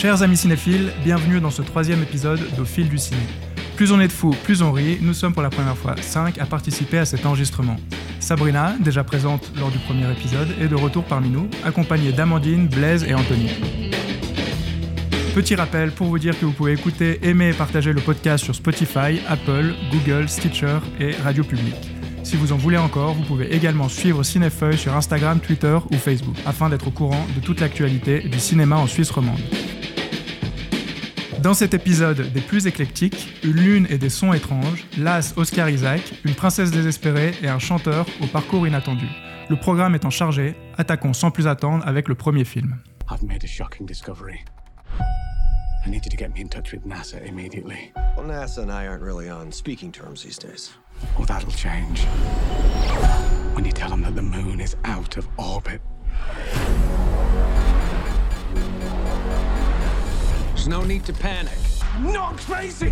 Chers amis cinéphiles, bienvenue dans ce 3e épisode d'Au fil du ciné. Plus on est de fous, plus on rit, nous sommes pour la première fois 5 à participer à cet enregistrement. Sabrina, déjà présente lors du premier épisode, est de retour parmi nous, accompagnée d'Amandine, Blaise et Anthony. Petit rappel pour vous dire que vous pouvez écouter, aimer et partager le podcast sur Spotify, Apple, Google, Stitcher et Radio Public. Si vous en voulez encore, vous pouvez également suivre Cinéfeuille sur Instagram, Twitter ou Facebook, afin d'être au courant de toute l'actualité du cinéma en Suisse romande. Dans cet épisode des plus éclectiques, une lune et des sons étranges, l'as Oscar Isaac, une princesse désespérée et un chanteur au parcours inattendu. Le programme étant chargé, attaquons sans plus attendre avec le premier film. I've made a shocking discovery. I need you to get me in touch with NASA immediately. Well, NASA and I aren't really on speaking terms these days. Oh, that'll change. When you tell them that the moon is out of orbit. There's no need to panic. I'm not crazy!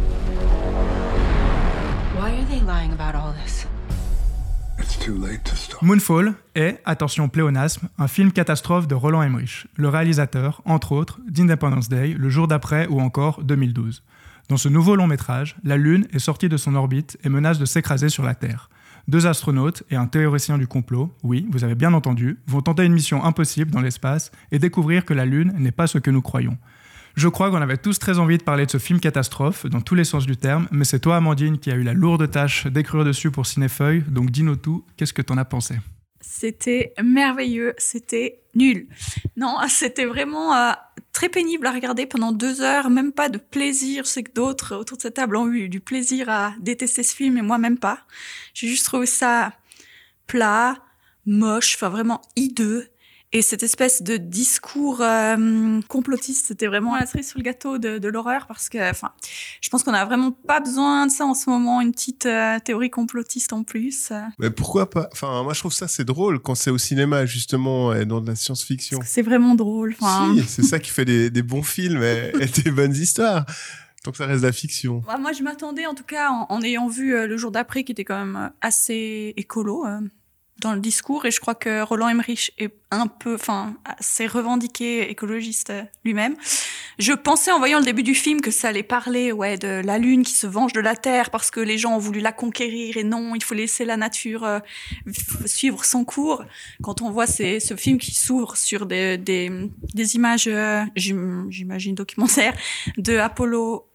Why are they lying about all this? It's too late to stop. Moonfall est, attention pléonasme, un film catastrophe de Roland Emmerich, le réalisateur, entre autres, d'Independence Day, Le jour d'après ou encore 2012. Dans ce nouveau long métrage, la Lune est sortie de son orbite et menace de s'écraser sur la Terre. 2 astronautes et un théoricien du complot, oui, vous avez bien entendu, vont tenter une mission impossible dans l'espace et découvrir que la Lune n'est pas ce que nous croyons. Je crois qu'on avait tous très envie de parler de ce film catastrophe, dans tous les sens du terme, mais c'est toi, Amandine, qui a eu la lourde tâche d'écrire dessus pour Cinéfeuille, donc dis-nous tout, qu'est-ce que t'en as pensé ? C'était merveilleux, c'était nul. Non, c'était vraiment très pénible à regarder pendant 2 heures, même pas de plaisir. Je sais que d'autres autour de cette table ont eu du plaisir à détester ce film, et moi même pas. J'ai juste trouvé ça plat, moche, enfin vraiment hideux. Et cette espèce de discours complotiste, c'était vraiment la cerise sur le gâteau de l'horreur, parce que, enfin, je pense qu'on n'a vraiment pas besoin de ça en ce moment, une petite théorie complotiste en plus. Mais pourquoi pas ? Enfin, moi je trouve ça c'est drôle quand c'est au cinéma justement et dans de la science-fiction. C'est vraiment drôle. Si, c'est ça qui fait des bons films et des bonnes histoires. Donc ça reste de la fiction. Bah, moi je m'attendais en tout cas en ayant vu Le jour d'après, qui était quand même assez écolo. Dans le discours, et je crois que Roland Emmerich est un peu, assez revendiqué écologiste lui-même. Je pensais en voyant le début du film que ça allait parler, de la Lune qui se venge de la Terre parce que les gens ont voulu la conquérir, et non, il faut laisser la nature suivre son cours. Quand on voit ce film qui s'ouvre sur des images, j'imagine documentaires, de Apollo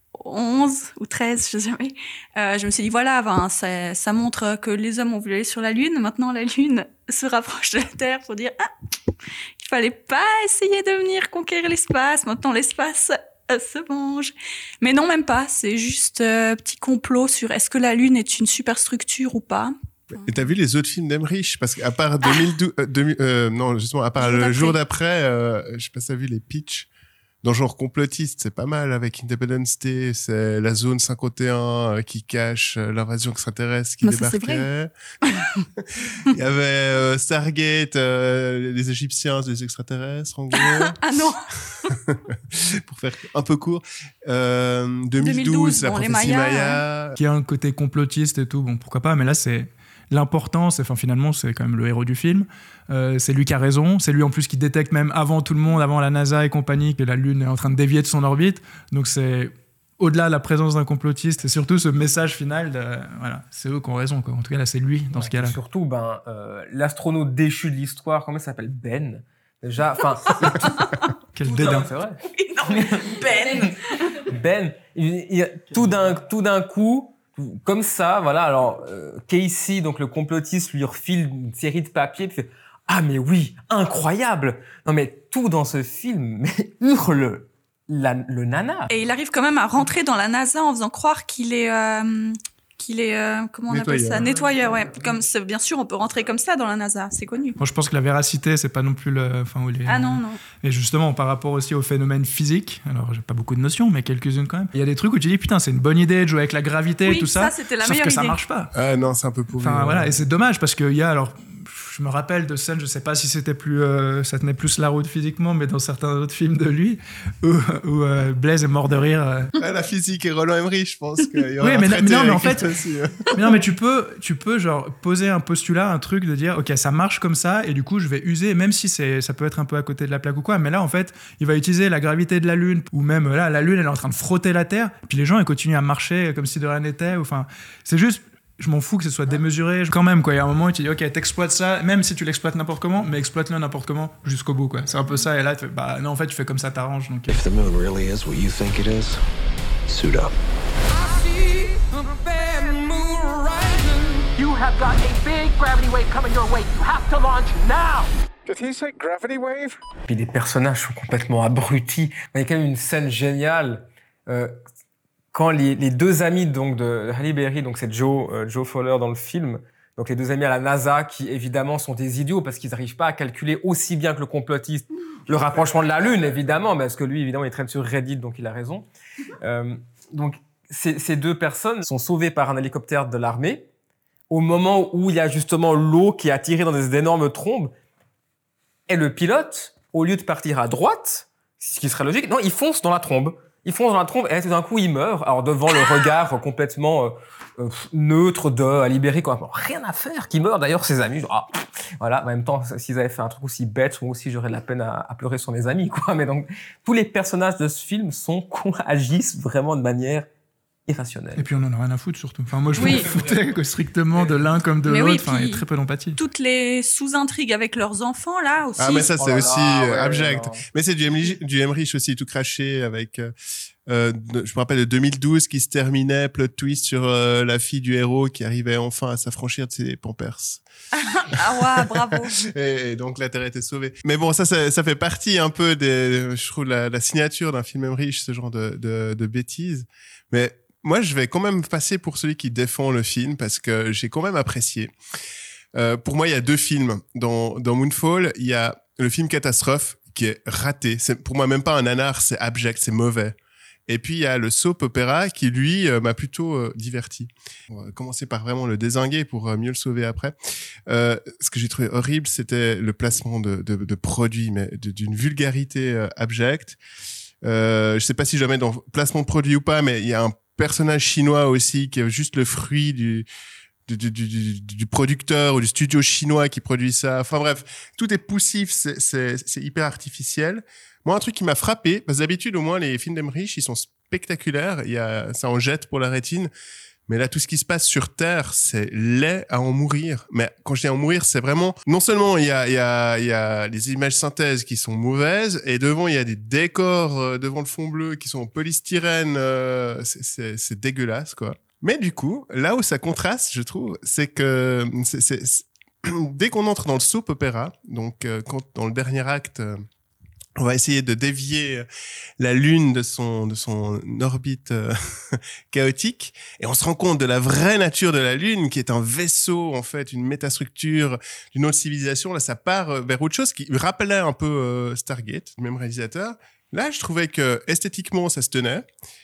11 ou 13, je sais jamais. Je me suis dit, voilà, ça montre que les hommes ont voulu aller sur la Lune. Maintenant, la Lune se rapproche de la Terre pour dire, il fallait pas essayer de venir conquérir l'espace. Maintenant, l'espace se venge. Mais non, même pas. C'est juste petit complot sur est-ce que la Lune est une superstructure ou pas. Et t'as vu les autres films d'Emmerich ? Parce qu'à part 2012, à part le jour d'après, je sais pas si t'as vu les pitchs. Dans le genre complotiste, c'est pas mal, avec Independence Day, c'est la zone 51 qui cache l'invasion extraterrestre qui débarquait. Il y avait Stargate, les Égyptiens, les extraterrestres, en gros. Ah non. Pour faire un peu court. 2012, la prophétie Maya. Qui a un côté complotiste et tout, bon, pourquoi pas, mais là, c'est... L'important, finalement, c'est quand même le héros du film. C'est lui qui a raison. C'est lui, en plus, qui détecte même avant tout le monde, avant la NASA et compagnie, que la Lune est en train de dévier de son orbite. Donc, c'est au-delà de la présence d'un complotiste. C'est surtout ce message final c'est eux qui ont raison, quoi. En tout cas, là, c'est lui, dans ce cas-là. Surtout, l'astronaute déchu de l'histoire, comment il s'appelle ? Ben. Déjà, Quel dédain. C'est vrai. Non, Ben. Tout d'un coup... Comme ça, voilà. Alors, Casey, donc le complotiste, lui refile une série de papiers, puis fait « Ah, mais oui, incroyable !» Non, mais tout dans ce film, mais hurle le nana. Et il arrive quand même à rentrer dans la NASA en faisant croire qu'il est comment on appelle ça, nettoyeur, ouais. Comme bien sûr, on peut rentrer comme ça dans la NASA, c'est connu. Moi, je pense que la véracité, c'est pas non plus Ah non. Et justement, par rapport aussi aux phénomènes physiques, alors j'ai pas beaucoup de notions, mais quelques-unes quand même. Il y a des trucs où tu dis putain, c'est une bonne idée de jouer avec la gravité et tout ça. C'était la sauf meilleure que idée. Ça marche pas. Ah non, c'est un peu pourri. Voilà, et c'est dommage parce qu'il y a alors. je me rappelle de scènes, je sais pas si c'était plus, ça tenait plus la route physiquement, mais dans certains autres films de lui, où Blaise est mort de rire. La physique et Roland Emmerich, je pense qu'il y aura oui, mais non, mais en fait, aussi, mais non, mais tu peux genre poser un postulat, un truc de dire, ok, ça marche comme ça, et du coup, je vais user, même si ça peut être un peu à côté de la plaque ou quoi, mais là, en fait, il va utiliser la gravité de la Lune, ou même là, la Lune, elle est en train de frotter la Terre, puis les gens, ils continuent à marcher comme si de rien n'était, enfin, c'est juste. Je m'en fous que ce soit démesuré. Quand même, quoi. Il y a un moment où tu dis, ok, t'exploites ça, même si tu l'exploites n'importe comment, mais exploite-le n'importe comment jusqu'au bout, quoi. C'est un peu ça. Et là, tu fais, bah non, en fait, tu fais comme ça, t'arranges. Donc... If the moon really is what you think it is, suit up. You have got a big gravity wave coming your way. You have to launch now. Did he say gravity wave? Puis les personnages sont complètement abrutis. Il y a quand même une scène géniale. Quand les deux amis donc de Halle Berry, donc c'est Joe Fowler dans le film, donc les deux amis à la NASA qui évidemment sont des idiots parce qu'ils n'arrivent pas à calculer aussi bien que le complotiste le rapprochement de la Lune, évidemment, parce que lui évidemment il traîne sur Reddit donc il a raison. Donc ces deux personnes sont sauvées par un hélicoptère de l'armée au moment où il y a justement l'eau qui est attirée dans des énormes trombes et le pilote, au lieu de partir à droite, ce qui serait logique, non, il fonce dans la trombe. Il fonce dans la trombe et tout d'un coup, il meurt. Alors, devant le regard complètement neutre de Halle Berry, quoi. Rien à faire, qui meurt. D'ailleurs, ses amis, genre, voilà. En même temps, s'ils avaient fait un truc aussi bête, moi aussi, j'aurais de la peine à pleurer sur mes amis, quoi. Mais donc, tous les personnages de ce film agissent vraiment de manière irrationnelle. Et puis, on en a rien à foutre, surtout. Enfin, moi, je me foutais strictement de l'un comme de l'autre. Enfin, il y a très peu d'empathie. Toutes les sous-intrigues avec leurs enfants, là, aussi. Ah, mais ça, c'est aussi abject. Non. Mais c'est du Emmerich aussi, tout craché avec... je me rappelle de 2012 qui se terminait, plot twist sur la fille du héros qui arrivait enfin à s'affranchir de ses pampers. Ah ouais, bravo. Et donc la Terre était sauvée. Mais bon, ça fait partie un peu je trouve, la signature d'un film Emmerich, ce genre de bêtises. Mais moi, je vais quand même passer pour celui qui défend le film parce que j'ai quand même apprécié. Pour moi, il y a deux films. Dans Moonfall, il y a le film Catastrophe qui est raté. C'est pour moi même pas un nanar, c'est abject, c'est mauvais. Et puis, il y a le soap opéra qui, lui, m'a plutôt diverti. On va commencer par vraiment le dézinguer pour mieux le sauver après. Ce que j'ai trouvé horrible, c'était le placement de produits, mais d'une vulgarité abjecte. Je sais pas si je vais mettre dans placement de produits ou pas, mais il y a un personnage chinois aussi qui est juste le fruit du producteur ou du studio chinois qui produit ça. Enfin bref, tout est poussif, c'est hyper artificiel. Moi, un truc qui m'a frappé, parce que d'habitude, au moins, les films d'Emmerich, ils sont spectaculaires. Ça en jette pour la rétine. Mais là, tout ce qui se passe sur Terre, c'est laid à en mourir. Mais quand je dis à en mourir, c'est vraiment, non seulement il y a les images synthèses qui sont mauvaises, et devant, il y a des décors devant le fond bleu qui sont en polystyrène, c'est dégueulasse, quoi. Mais du coup, là où ça contraste, je trouve, c'est que dès qu'on entre dans le soap opéra, donc quand dans le dernier acte, on va essayer de dévier la Lune de son orbite chaotique, et on se rend compte de la vraie nature de la Lune, qui est un vaisseau, en fait, une métastructure d'une autre civilisation. Là, ça part vers autre chose qui rappelait un peu Stargate, le même réalisateur. Là, je trouvais que esthétiquement, ça se tenait.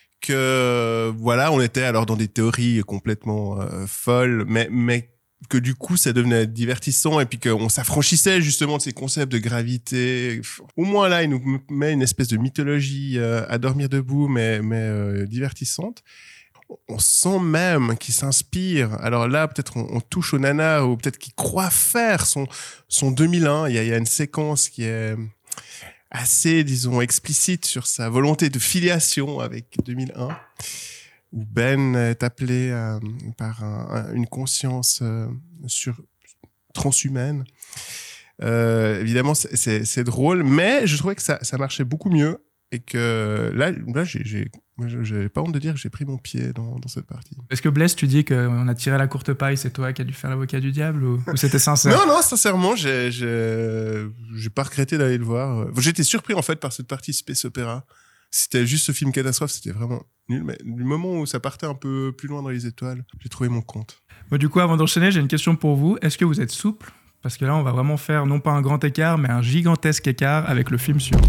Que voilà, on était alors dans des théories complètement folles, mais que du coup ça devenait divertissant et puis qu'on s'affranchissait justement de ces concepts de gravité. Au moins là, il nous met une espèce de mythologie à dormir debout, mais divertissante. On sent même qu'il s'inspire. Alors là, peut-être on touche au nanar, ou peut-être qu'il croit faire son 2001. Il y a une séquence qui est assez, disons, explicite sur sa volonté de filiation avec 2001, où Ben est appelé par une conscience transhumaine. Évidemment, c'est drôle, mais je trouvais que ça marchait beaucoup mieux, et que là j'ai pas honte de dire que j'ai pris mon pied dans cette partie. Est-ce que Blaise, tu dis qu'on a tiré la courte paille, c'est toi qui as dû faire l'avocat du diable, ou c'était sincère? Non, sincèrement, j'ai pas regretté d'aller le voir. J'étais surpris en fait par cette partie space opéra. C'était juste ce film catastrophe, c'était vraiment nul. Mais du moment où ça partait un peu plus loin dans les étoiles, j'ai trouvé mon compte. Bon, du coup, avant d'enchaîner, j'ai une question pour vous. Est-ce que vous êtes souple? Parce que là, on va vraiment faire non pas un grand écart, mais un gigantesque écart avec le film suivant.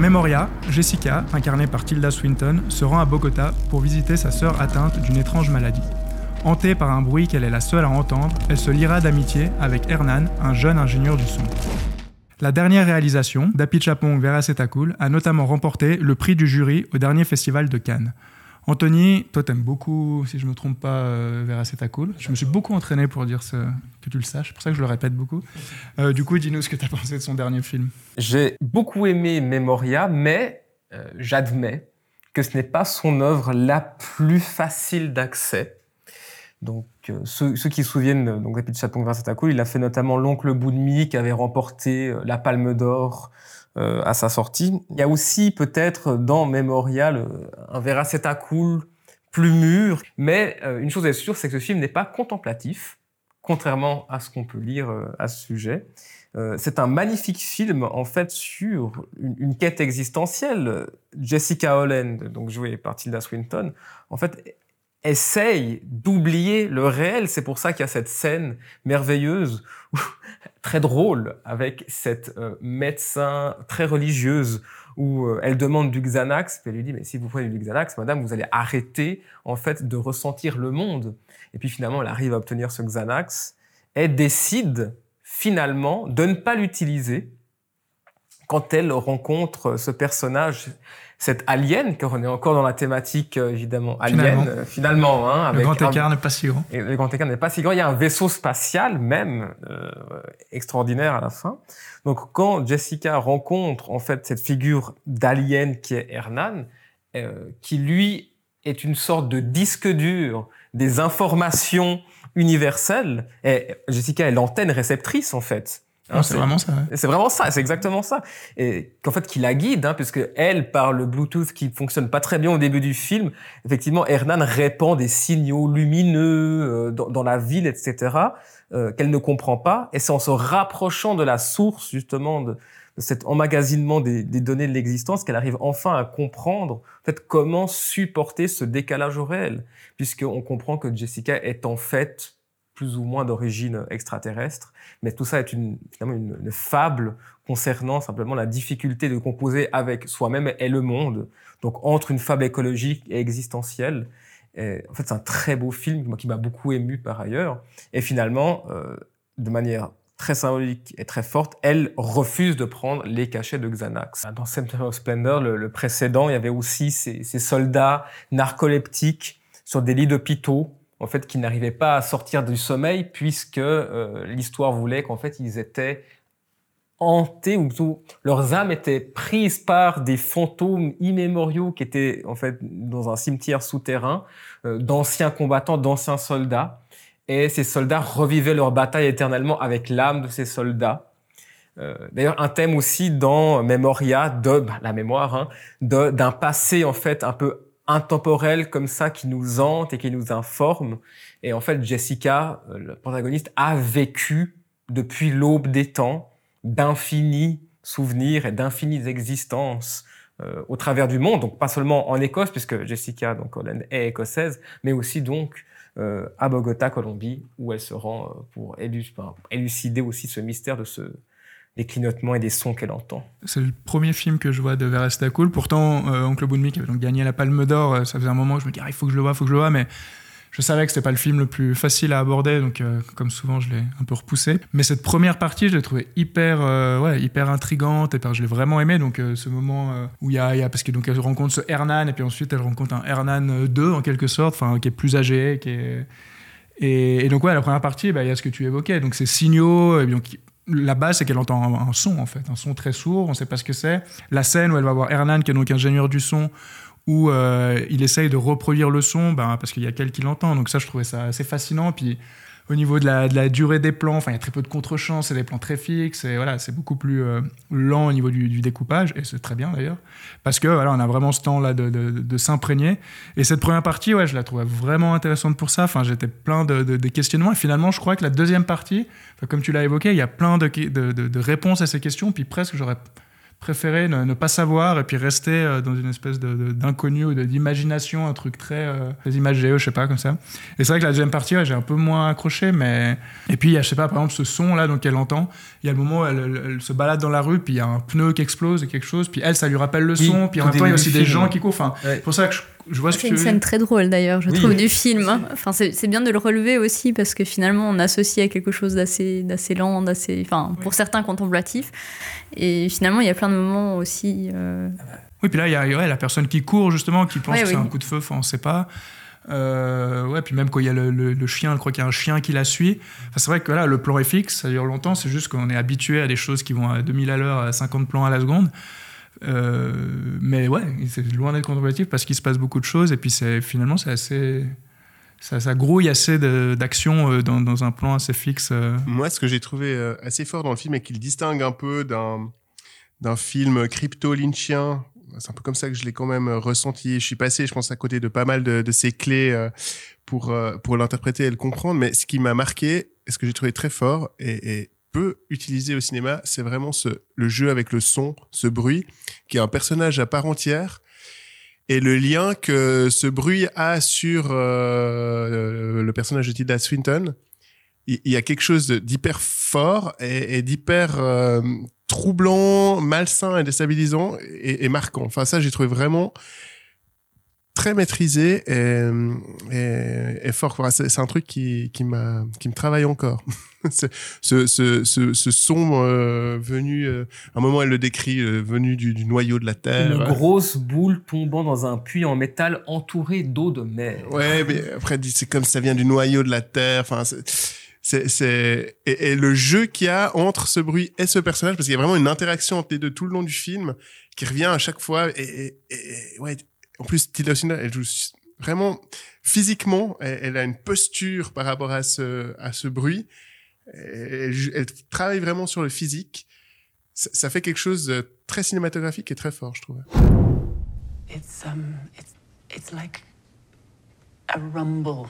Memoria, Jessica, incarnée par Tilda Swinton, se rend à Bogota pour visiter sa sœur atteinte d'une étrange maladie. Hantée par un bruit qu'elle est la seule à entendre, elle se liera d'amitié avec Hernan, un jeune ingénieur du son. La dernière réalisation, d'Apichatpong Weerasethakul, a notamment remporté le prix du jury au dernier festival de Cannes. Anthony, toi t'aimes beaucoup, si je ne me trompe pas, Weerasethakul. Je me suis beaucoup entraîné pour dire que tu le saches, c'est pour ça que je le répète beaucoup. Du coup, dis-nous ce que tu as pensé de son dernier film. J'ai beaucoup aimé Memoria, mais j'admets que ce n'est pas son œuvre la plus facile d'accès. Donc, ceux qui se souviennent d'Apichatpong Weerasethakul, il a fait notamment L'Oncle Boudmi, qui avait remporté la Palme d'Or à sa sortie. Il y a aussi peut-être dans Memoria un Weerasethakul plus mûr, mais une chose est sûre, c'est que ce film n'est pas contemplatif, contrairement à ce qu'on peut lire à ce sujet. C'est un magnifique film, en fait, sur une quête existentielle. Jessica Holland, donc jouée par Tilda Swinton, en fait, essaye d'oublier le réel. C'est pour ça qu'il y a cette scène merveilleuse, très drôle, avec cette médecin très religieuse, où elle demande du Xanax, puis elle lui dit « Mais si vous prenez du Xanax, madame, vous allez arrêter, en fait, de ressentir le monde. » Et puis finalement, elle arrive à obtenir ce Xanax, et décide finalement de ne pas l'utiliser quand elle rencontre ce personnage, cet alien, car on est encore dans la thématique, évidemment, alien, finalement. Hein, le grand écart n'est pas si grand. Le grand écart n'est pas si grand. Il y a un vaisseau spatial, même, extraordinaire à la fin. Donc, quand Jessica rencontre, en fait, cette figure d'alien qui est Hernan, qui, lui, est une sorte de disque dur des informations universelles, et Jessica est l'antenne réceptrice, en fait. Hein, c'est vraiment ça. Ouais. C'est vraiment ça, c'est exactement ça. Et qu'en fait, qui la guide, hein, puisque elle, par le Bluetooth qui fonctionne pas très bien au début du film, effectivement, Hernan répand des signaux lumineux dans la ville, etc., qu'elle ne comprend pas. Et c'est en se rapprochant de la source, justement, de cet emmagasinement des données de l'existence qu'elle arrive enfin à comprendre, en fait, comment supporter ce décalage au réel, puisqu'on comprend que Jessica est en fait plus ou moins d'origine extraterrestre, mais tout ça est finalement une fable concernant simplement la difficulté de composer avec soi-même et le monde, donc entre une fable écologique et existentielle. Et en fait, c'est un très beau film qui m'a beaucoup ému par ailleurs, et finalement, de manière très symbolique et très forte, elle refuse de prendre les cachets de Xanax. Dans Center of Splendor, le précédent, il y avait aussi ces soldats narcoleptiques sur des lits d'hôpitaux, en fait, qui n'arrivaient pas à sortir du sommeil puisque l'histoire voulait qu'en fait, ils étaient hantés, ou plutôt leurs âmes étaient prises par des fantômes immémoriaux qui étaient en fait dans un cimetière souterrain, d'anciens combattants, d'anciens soldats. Et ces soldats revivaient leur bataille éternellement avec l'âme de ces soldats. D'ailleurs, un thème aussi dans Memoria, la mémoire, hein, d'un passé en fait un peu intemporel comme ça, qui nous hante et qui nous informe. Et en fait, Jessica, le protagoniste, a vécu depuis l'aube des temps d'infinis souvenirs et d'infinies existences au travers du monde. Donc pas seulement en Écosse, puisque Jessica donc Holland est écossaise, mais aussi donc à Bogota, Colombie, où elle se rend pour élucider aussi ce mystère des clignotements et des sons qu'elle entend. C'est le premier film que je vois de Weerasethakul. Pourtant, Oncle Boudmi, qui avait donc gagné la Palme d'Or, ça faisait un moment que je me disais, il faut que je le vois, mais je savais que c'était pas le film le plus facile à aborder, donc comme souvent, je l'ai un peu repoussé. Mais cette première partie, je l'ai trouvée hyper intrigante, et je l'ai vraiment aimé. Donc ce moment où il y a parce que donc elle rencontre ce Hernan, et puis ensuite elle rencontre un Hernan 2 en quelque sorte, enfin qui est plus âgé, et donc la première partie, il y a ce que tu évoquais, donc ces signaux, et donc la base, c'est qu'elle entend un son, en fait, un son très sourd, on ne sait pas ce que c'est. La scène où elle va voir Hernan, qui est donc ingénieur du son, où il essaye de reproduire le son, parce qu'il y a qu'elle qui l'entend. Donc ça, je trouvais ça assez fascinant. Puis au niveau de la durée des plans, il y a très peu de contre-champs, c'est des plans très fixes, et voilà, c'est beaucoup plus lent au niveau du découpage, et c'est très bien d'ailleurs, parce que voilà, on a vraiment ce temps-là de s'imprégner. Et cette première partie, je la trouvais vraiment intéressante pour ça. Enfin, j'étais plein de questionnements, et finalement, je crois que la deuxième partie, comme tu l'as évoqué, il y a plein de réponses à ces questions, puis presque j'aurais préféré ne pas savoir et puis rester dans une espèce d'inconnu ou d'imagination, un truc très des images géo, je sais pas, comme ça. Et c'est vrai que la deuxième partie, j'ai un peu moins accroché, mais et puis il y a, je sais pas, par exemple ce son là donc elle entend, il y a le moment où elle se balade dans la rue, puis il y a un pneu qui explose et quelque chose, puis elle ça lui rappelle le son, puis en même temps il y a aussi des gens qui courent, enfin c'est pour ça que je vois ce que c'est une scène très drôle d'ailleurs, je trouve, du film. Hein. Enfin, c'est bien de le relever aussi parce que finalement on associe à quelque chose d'assez lent, pour certains contemplatif. Et finalement il y a plein de moments aussi. Oui, puis là il y a la personne qui court justement, qui pense que c'est un coup de feu, enfin on sait pas. Puis même quand il y a le chien, je crois qu'il y a un chien qui la suit. Enfin, c'est vrai que là le plan est fixe, ça dure longtemps, c'est juste qu'on est habitué à des choses qui vont à 2000 à l'heure, à 50 plans à la seconde. Mais ouais, c'est loin d'être contemplatif parce qu'il se passe beaucoup de choses et puis finalement c'est assez ça grouille assez d'action dans un plan assez fixe. Moi, ce que j'ai trouvé assez fort dans le film et qui le distingue un peu d'un film crypto-lynchien, c'est un peu comme ça que je l'ai quand même ressenti. Je suis passé, je pense, à côté de pas mal de ces clés pour l'interpréter et le comprendre, mais ce qui m'a marqué et ce que j'ai trouvé très fort et peu utilisé au cinéma, c'est vraiment le jeu avec le son, ce bruit, qui est un personnage à part entière, et le lien que ce bruit a sur le personnage de Tilda Swinton. Il y a quelque chose d'hyper fort et d'hyper troublant, malsain et déstabilisant et marquant. Enfin, ça, j'ai trouvé vraiment très maîtrisé et fort. Enfin, c'est un truc qui me travaille encore. ce son venu, à un moment elle le décrit, venu du noyau de la terre. Une grosse boule tombant dans un puits en métal entouré d'eau de mer. Ouais, mais après c'est comme ça vient du noyau de la terre. Enfin, et le jeu qu'il y a entre ce bruit et ce personnage, parce qu'il y a vraiment une interaction entre les deux tout le long du film qui revient à chaque fois. Et ouais. En plus, Tilda Swinton, elle joue vraiment physiquement, elle a une posture par rapport à ce bruit. Elle travaille vraiment sur le physique. Ça fait quelque chose de très cinématographique et très fort, je trouve. It's like a rumble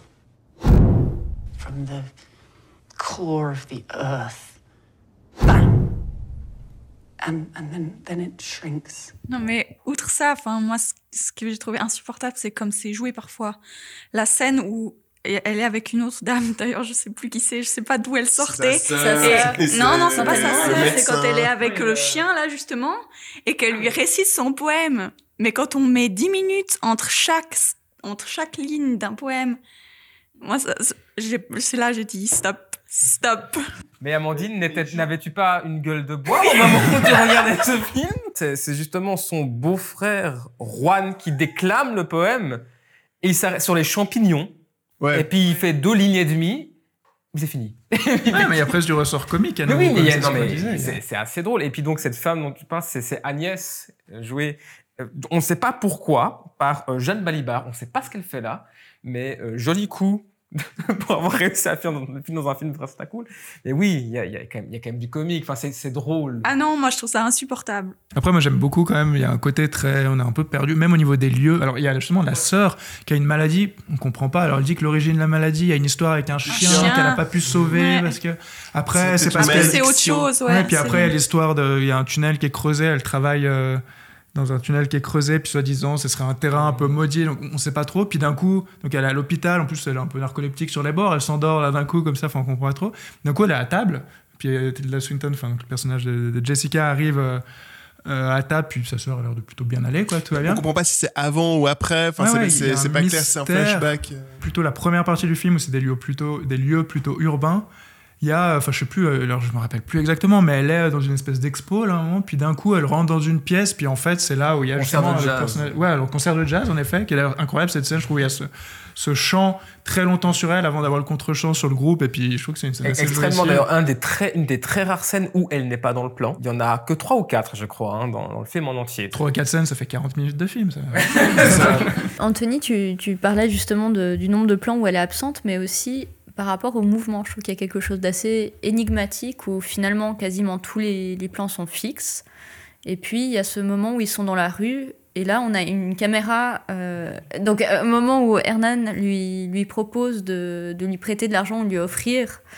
from the core of the earth. Bang! And then it shrinks. Non, mais outre ça, moi, ce que j'ai trouvé insupportable, c'est comme c'est joué parfois. La scène où elle est avec une autre dame, d'ailleurs, je sais plus qui c'est, je sais pas d'où elle sortait. Non, c'est pas sa sœur, c'est quand elle est avec le chien, là, justement, et qu'elle lui récite son poème. Mais quand on met 10 minutes entre chaque ligne d'un poème, moi, c'est là, j'ai dit stop. Mais Amandine, n'avais-tu pas une gueule de bois au moment où tu regardais ce film? C'est justement son beau-frère, Juan, qui déclame le poème, et il s'arrête sur les champignons, et puis il fait 2 lignes et demie, c'est fini. Ouais, mais il y a presque du ressort comique. C'est assez drôle. Et puis donc, cette femme dont tu parles, c'est Agnès, jouée, on ne sait pas pourquoi, par Jeanne Balibar. On ne sait pas ce qu'elle fait là, mais joli coup pour avoir réussi à faire dans un film très cool. Mais oui, il y a quand même du comique. Enfin, c'est drôle. Ah non, moi je trouve ça insupportable. Après, moi j'aime beaucoup quand même. Il y a un côté on est un peu perdu, même au niveau des lieux. Alors il y a justement la sœur qui a une maladie, on comprend pas. Alors elle dit que l'origine de la maladie, il y a une histoire avec un chien qu'elle a pas pu sauver parce que après c'est parce que c'est autre chose. Ouais, puis après il y a l'histoire il y a un tunnel qui est creusé. Elle travaille dans un tunnel qui est creusé, puis soi-disant ce serait un terrain un peu maudit, donc on sait pas trop. Puis d'un coup, donc elle est à l'hôpital, en plus elle est un peu narcoleptique sur les bords, elle s'endort là d'un coup comme ça, enfin on comprend pas trop. D'un coup elle est à table, puis Tilda Swinton, enfin le personnage de Jessica arrive à table, puis sa sœur a l'air de plutôt bien aller, quoi, tout va bien. On comprend pas si c'est avant ou après, enfin c'est pas clair, c'est un flashback. Plutôt la première partie du film où c'est des lieux plutôt urbains. Il y a, je sais plus, alors je me rappelle plus exactement, mais elle est dans une espèce d'expo là, un moment, puis d'un coup elle rentre dans une pièce, puis en fait c'est là où il y a justement le personnage. Ouais, le concert de jazz en effet, qui est d'ailleurs incroyable cette scène, je trouve. Il y a ce chant très longtemps sur elle avant d'avoir le contre-chant sur le groupe, et puis je trouve que c'est une scène assez extrêmement d'ailleurs une des très rares scènes où elle n'est pas dans le plan. Il y en a que 3 ou 4, je crois, dans le film en entier. 3 ou 4 scènes, ça fait 40 minutes de film, ça. Anthony, tu parlais justement du nombre de plans où elle est absente, mais aussi par rapport au mouvement. Je trouve qu'il y a quelque chose d'assez énigmatique où finalement quasiment tous les plans sont fixes. Et puis il y a ce moment où ils sont dans la rue et là on a une caméra. Donc un moment où Hernan lui propose de lui prêter de l'argent ou lui offrir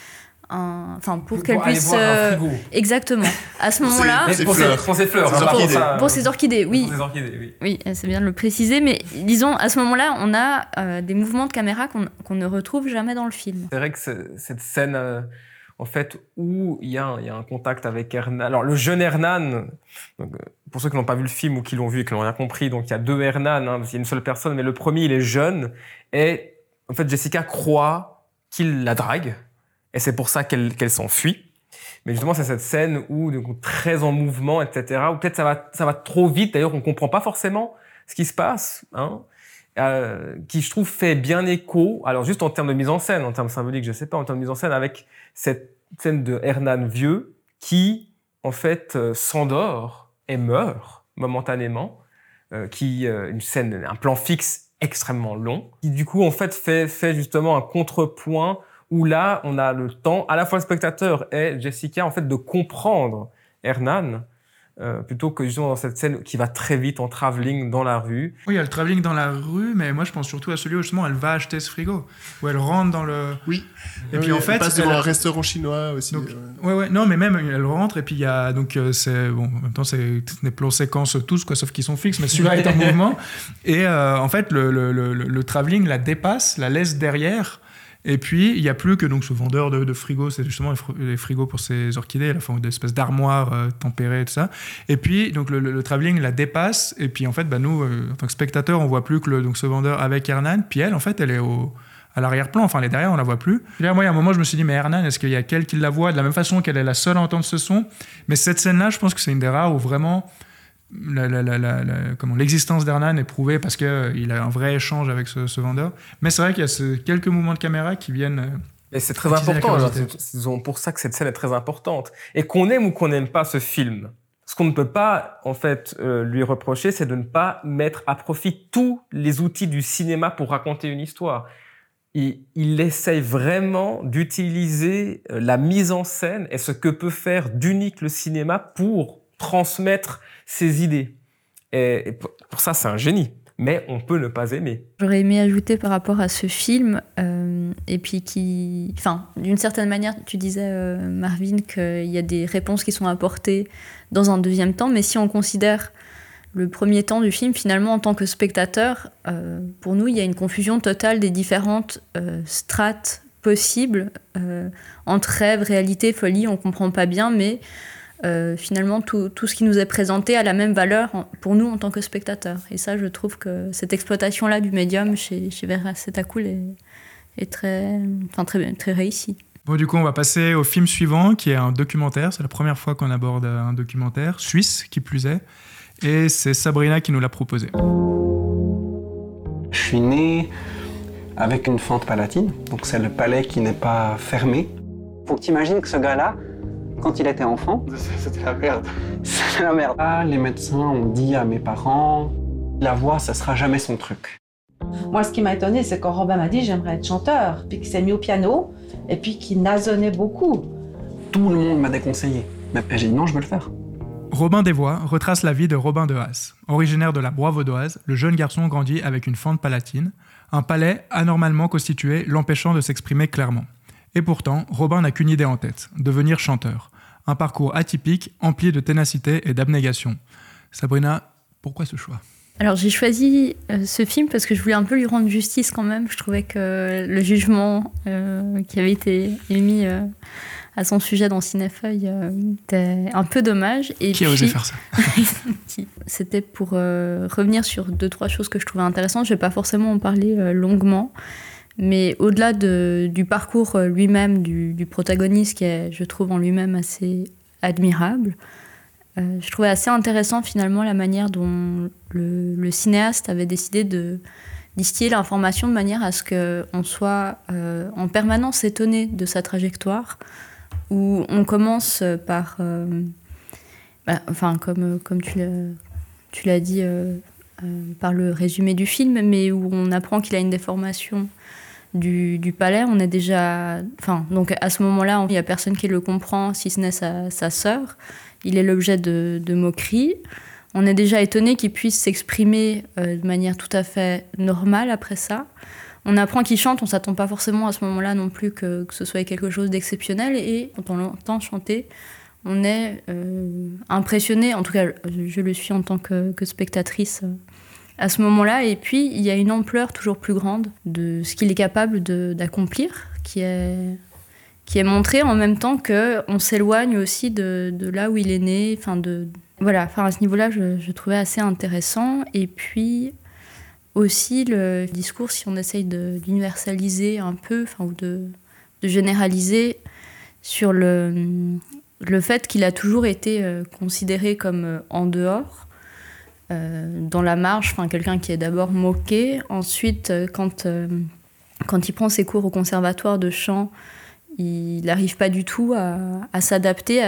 pour qu'elle puisse exactement. À ce moment-là, pour ses fleurs, pour ses orchidées, oui. Pour ses orchidées, oui. Oui, c'est bien de le préciser, mais disons à ce moment-là, on a des mouvements de caméra qu'on ne retrouve jamais dans le film. C'est vrai que cette scène, en fait, où il y a un contact avec Hernan. Alors le jeune Hernan, donc, pour ceux qui n'ont pas vu le film ou qui l'ont vu et qui n'ont rien compris, donc il y a deux Hernan, parce qu'il y a une seule personne, mais le premier il est jeune et en fait Jessica croit qu'il la drague. Et c'est pour ça qu'elle s'enfuit. Mais justement, c'est cette scène où, donc, très en mouvement, etc., où peut-être ça va trop vite. D'ailleurs, on comprend pas forcément ce qui se passe, hein, qui, je trouve, fait bien écho. Alors, juste en termes de mise en scène, en termes symboliques, je sais pas, en termes de mise en scène, avec cette scène de Hernan vieux qui, en fait, s'endort et meurt momentanément, une scène, un plan fixe extrêmement long, qui, du coup, en fait, fait justement un contrepoint où là, on a le temps, à la fois le spectateur et Jessica, en fait, de comprendre Hernan, plutôt que justement dans cette scène qui va très vite en travelling dans la rue. Oui, il y a le travelling dans la rue, mais moi, je pense surtout à celui où, justement, elle va acheter ce frigo, où elle rentre dans le... Oui. Et puis, en fait... Elle passe devant un restaurant chinois aussi. Donc, non, mais même, elle rentre, et puis il y a... Donc, c'est... Bon, en même temps, c'est des plans séquences tous, quoi, sauf qu'ils sont fixes, mais celui-là est en mouvement. Et en fait, le travelling la dépasse, la laisse derrière. Et puis, il n'y a plus que donc, ce vendeur de frigos, c'est justement les frigos pour ces orchidées, la forme d'espèce d'armoire tempérée, tout ça. Et puis, donc, le travelling la dépasse. Et puis, en fait, nous, en tant que spectateurs, on ne voit plus que ce vendeur avec Hernan. Puis elle, en fait, elle est à l'arrière-plan. Enfin, elle est derrière, on ne la voit plus. Et là, moi, il y a un moment, je me suis dit, mais Hernan, est-ce qu'il y a quelqu'un qui la voit de la même façon qu'elle est la seule à entendre ce son? Mais cette scène-là, je pense que c'est une des rares où vraiment... l'existence d'Hernan est prouvée parce qu'il a un vrai échange avec ce vendeur. Mais c'est vrai qu'il y a quelques mouvements de caméra qui viennent... Et c'est très important. C'est pour ça que cette scène est très importante. Et qu'on aime ou qu'on n'aime pas ce film, ce qu'on ne peut pas en fait lui reprocher, c'est de ne pas mettre à profit tous les outils du cinéma pour raconter une histoire. Il essaye vraiment d'utiliser la mise en scène et ce que peut faire d'unique le cinéma pour transmettre ses idées. Et pour ça, c'est un génie. Mais on peut ne pas aimer. J'aurais aimé ajouter par rapport à ce film, et puis d'une certaine manière, tu disais, Marvin, qu'il y a des réponses qui sont apportées dans un deuxième temps, mais si on considère le premier temps du film, finalement, en tant que spectateur, pour nous, il y a une confusion totale des différentes strates possibles, entre rêve, réalité, folie, on ne comprend pas bien, mais... finalement, tout ce qui nous est présenté a la même valeur pour nous en tant que spectateurs. Et ça, je trouve que cette exploitation-là du médium chez Vera Setacool est très réussie. Bon, du coup, on va passer au film suivant, qui est un documentaire. C'est la première fois qu'on aborde un documentaire, suisse, qui plus est. Et c'est Sabrina qui nous l'a proposé. Je suis né avec une fente palatine, donc c'est le palais qui n'est pas fermé. Faut que tu imagines que ce gars-là, quand il était enfant, c'était la merde. C'était la merde. Ah, les médecins ont dit à mes parents, la voix, ça sera jamais son truc. Moi, ce qui m'a étonnée, c'est quand Robin m'a dit j'aimerais être chanteur, puis qu'il s'est mis au piano, et puis qu'il nasonnait beaucoup. Tout le monde m'a déconseillé. Mais j'ai dit non, je veux le faire. Robin des Voix retrace la vie de Robin de Haas. Originaire de la Broye vaudoise, le jeune garçon grandit avec une fente palatine, un palais anormalement constitué l'empêchant de s'exprimer clairement. Et pourtant, Robin n'a qu'une idée en tête, devenir chanteur. Un parcours atypique, empli de ténacité et d'abnégation. Sabrina, pourquoi ce choix ? Alors j'ai choisi ce film parce que je voulais un peu lui rendre justice quand même. Je trouvais que le jugement qui avait été émis à son sujet dans Cinéfeuille était un peu dommage. Et qui a osé faire ça ? C'était pour revenir sur 2-3 choses que je trouvais intéressantes. Je ne vais pas forcément en parler longuement. Mais au-delà du parcours lui-même, du protagoniste, qui est, je trouve, en lui-même assez admirable, je trouvais assez intéressant, finalement, la manière dont le cinéaste avait décidé de distiller l'information de manière à ce qu'on soit en permanence étonné de sa trajectoire, où on commence par... comme tu l'as dit, par le résumé du film, mais où on apprend qu'il a une déformation du palais. On est déjà... donc à ce moment-là, il n'y a personne qui le comprend, si ce n'est sa sœur. Il est l'objet de moqueries. On est déjà étonné qu'il puisse s'exprimer de manière tout à fait normale après ça. On apprend qu'il chante, on s'attend pas forcément à ce moment-là non plus que ce soit quelque chose d'exceptionnel. Et quand on l'entend chanter, on est impressionné, en tout cas je le suis en tant que spectatrice à ce moment-là. Et puis il y a une ampleur toujours plus grande de ce qu'il est capable d'accomplir, qui est montrée en même temps qu'on s'éloigne aussi de là où il est né. Voilà, à ce niveau-là, je trouvais assez intéressant. Et puis aussi le discours, si on essaye d'universaliser un peu, ou de généraliser sur le fait qu'il a toujours été considéré comme en dehors, dans la marge, quelqu'un qui est d'abord moqué. Ensuite, quand il prend ses cours au conservatoire de chant, il n'arrive pas du tout à s'adapter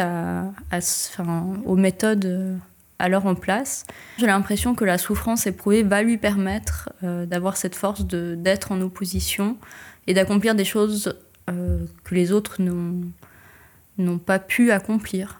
aux méthodes alors en place. J'ai l'impression que la souffrance éprouvée va lui permettre d'avoir cette force d'être en opposition et d'accomplir des choses que les autres n'ont pas pu accomplir.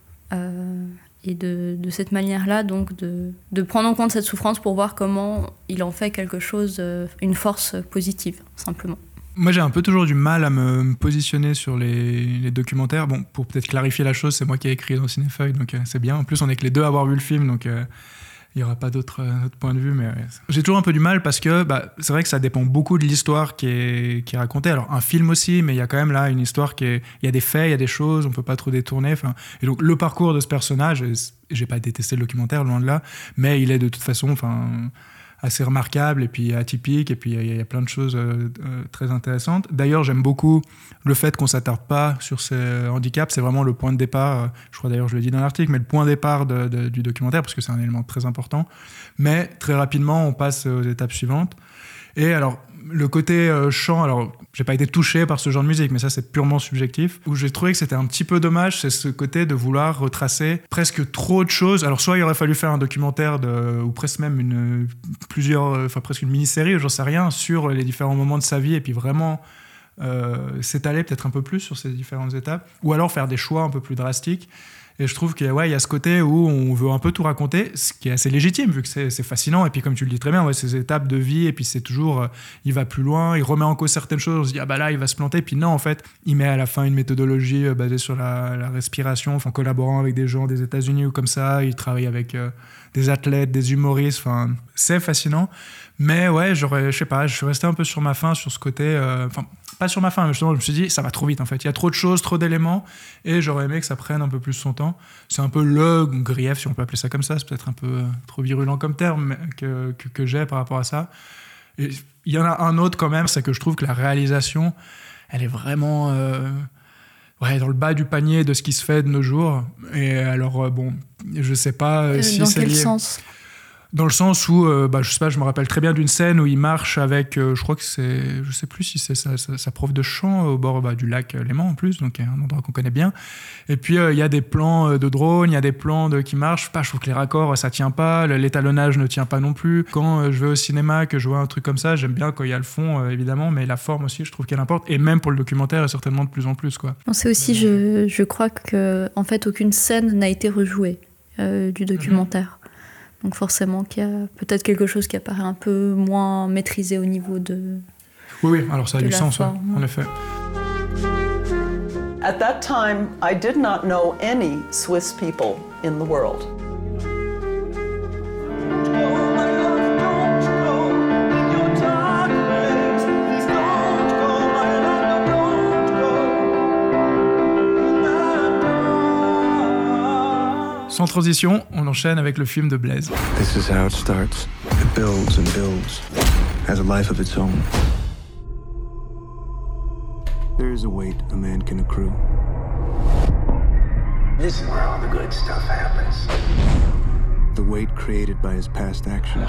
Et de cette manière-là, donc, de prendre en compte cette souffrance pour voir comment il en fait quelque chose, une force positive, simplement. Moi, j'ai un peu toujours du mal à me positionner sur les documentaires. Bon, pour peut-être clarifier la chose, c'est moi qui ai écrit dans Cinéfeuille, donc c'est bien. En plus, on est que les deux à avoir vu le film, donc il n'y aura pas d'autres points de vue. Mais j'ai toujours un peu du mal parce que c'est vrai que ça dépend beaucoup de l'histoire qui est racontée. Alors, un film aussi, mais il y a quand même là une histoire il y a des faits, il y a des choses, on ne peut pas trop détourner. Et donc, le parcours de ce personnage, j'ai pas détesté le documentaire, loin de là, mais il est de toute façon... assez remarquable et puis atypique, et puis il y a plein de choses très intéressantes. D'ailleurs, j'aime beaucoup le fait qu'on ne s'attarde pas sur ces handicaps. C'est vraiment le point de départ, je crois d'ailleurs je le dis dans l'article, mais le point de départ du documentaire, parce que c'est un élément très important. Mais très rapidement, on passe aux étapes suivantes. Et alors, le côté chant, alors j'ai pas été touché par ce genre de musique, mais ça c'est purement subjectif. Où j'ai trouvé que c'était un petit peu dommage, c'est ce côté de vouloir retracer presque trop de choses. Alors soit il aurait fallu faire un documentaire ou presque même presque une mini-série, j'en sais rien, sur les différents moments de sa vie, et puis vraiment s'étaler peut-être un peu plus sur ces différentes étapes, ou alors faire des choix un peu plus drastiques. Et je trouve qu'il y a ce côté où on veut un peu tout raconter, ce qui est assez légitime, vu que c'est fascinant. Et puis, comme tu le dis très bien, ces étapes de vie, et puis c'est toujours, il va plus loin, il remet en cause certaines choses, on se dit, là, il va se planter. Puis non, en fait, il met à la fin une méthodologie basée sur la respiration, en collaborant avec des gens des États-Unis ou comme ça. Il travaille avec des athlètes, des humoristes. C'est fascinant. Mais ouais, je sais pas, je suis resté un peu sur ma faim sur ce côté... pas sur ma faim, mais justement, je me suis dit, ça va trop vite en fait. Il y a trop de choses, trop d'éléments, et j'aurais aimé que ça prenne un peu plus son temps. C'est un peu le grief, si on peut appeler ça comme ça. C'est peut-être un peu trop virulent comme terme que j'ai par rapport à ça. Et il y en a un autre quand même, c'est que je trouve que la réalisation, elle est vraiment... dans le bas du panier de ce qui se fait de nos jours. Et alors, je sais pas si dans c'est quel lié... sens ? Dans le sens où, je sais pas, je me rappelle très bien d'une scène où il marche avec, je crois que c'est, je sais plus si c'est sa prof de chant au bord du lac Léman en plus, donc un endroit qu'on connaît bien. Et puis il y a des plans de drone, il y a des plans qui marchent. Je trouve que les raccords ça tient pas, l'étalonnage ne tient pas non plus. Quand je vais au cinéma, que je vois un truc comme ça, j'aime bien quand il y a le fond évidemment, mais la forme aussi, je trouve qu'elle importe. Et même pour le documentaire, certainement de plus en plus quoi. C'est aussi, je crois que en fait aucune scène n'a été rejouée du documentaire. Donc forcément qu'il y a peut-être quelque chose qui apparaît un peu moins maîtrisé au niveau de... Oui, alors ça a du sens, en effet. At that time, I did not know any Swiss people in the world. Sans transition, on enchaîne avec le film de Blaise. This is how it starts. It builds and builds, has a life of its own. There is a weight a man can accrue. This is where all the good stuff happens. The weight created by his past actions.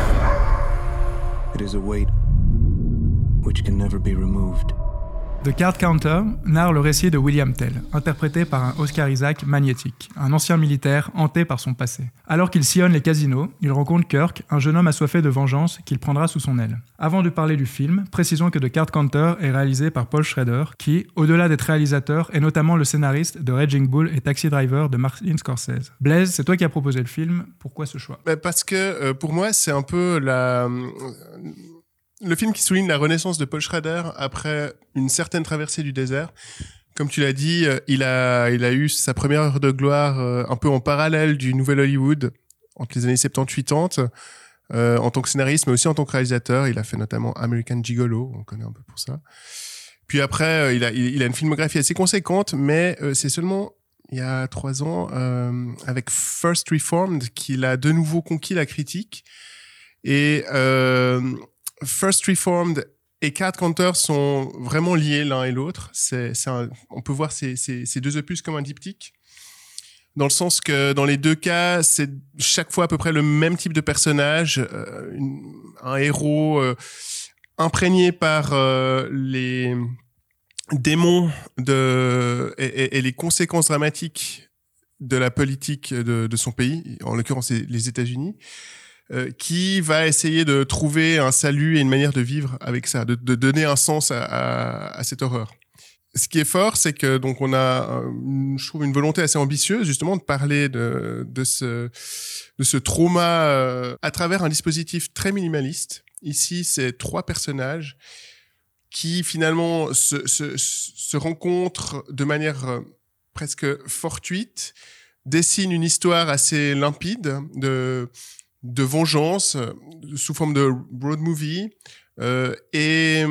It is a weight which can never be removed. The Card Counter narre le récit de William Tell, interprété par un Oscar Isaac magnétique, un ancien militaire hanté par son passé. Alors qu'il sillonne les casinos, il rencontre Kirk, un jeune homme assoiffé de vengeance qu'il prendra sous son aile. Avant de parler du film, précisons que The Card Counter est réalisé par Paul Schrader, qui, au-delà d'être réalisateur, est notamment le scénariste de Raging Bull et Taxi Driver de Martin Scorsese. Blaise, c'est toi qui as proposé le film, pourquoi ce choix ? Parce que pour moi, c'est un peu le film qui souligne la renaissance de Paul Schrader après une certaine traversée du désert. Comme tu l'as dit, il a eu sa première heure de gloire un peu en parallèle du nouvel Hollywood entre les années 70-80 en tant que scénariste, mais aussi en tant que réalisateur. Il a fait notamment American Gigolo, on le connaît un peu pour ça. Puis après, il a une filmographie assez conséquente, mais c'est seulement il y a 3 ans, avec First Reformed, qu'il a de nouveau conquis la critique. Et First Reformed et Card Counter sont vraiment liés l'un et l'autre. On peut voir ces 2 opus comme un diptyque, dans le sens que dans les 2 cas, c'est chaque fois à peu près le même type de personnage, un héros imprégné par les démons et les conséquences dramatiques de la politique de son pays, en l'occurrence les États-Unis, qui va essayer de trouver un salut et une manière de vivre avec ça, de donner un sens à cette horreur. Ce qui est fort, c'est que donc on a, je trouve, une volonté assez ambitieuse justement de parler de ce trauma à travers un dispositif très minimaliste. Ici, c'est 3 personnages qui finalement se rencontrent de manière presque fortuite, dessinent une histoire assez limpide de vengeance sous forme de road movie, et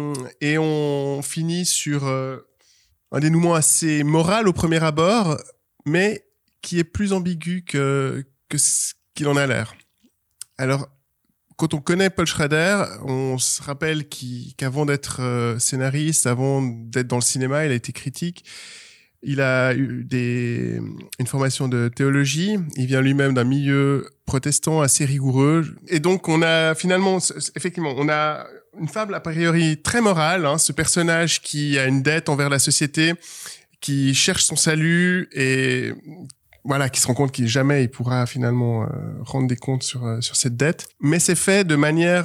on finit sur un dénouement assez moral au premier abord, mais qui est plus ambigu que ce qu'il en a l'air. Alors, quand on connaît Paul Schrader, on se rappelle qu'avant d'être scénariste, avant d'être dans le cinéma, il a été critique. Il a eu une formation de théologie. Il vient lui-même d'un milieu protestant assez rigoureux. Et donc, on a finalement, effectivement, on a une fable a priori très morale, hein, ce personnage qui a une dette envers la société, qui cherche son salut et voilà, qui se rend compte qu'il jamais il pourra finalement rendre des comptes sur cette dette. Mais c'est fait de manière,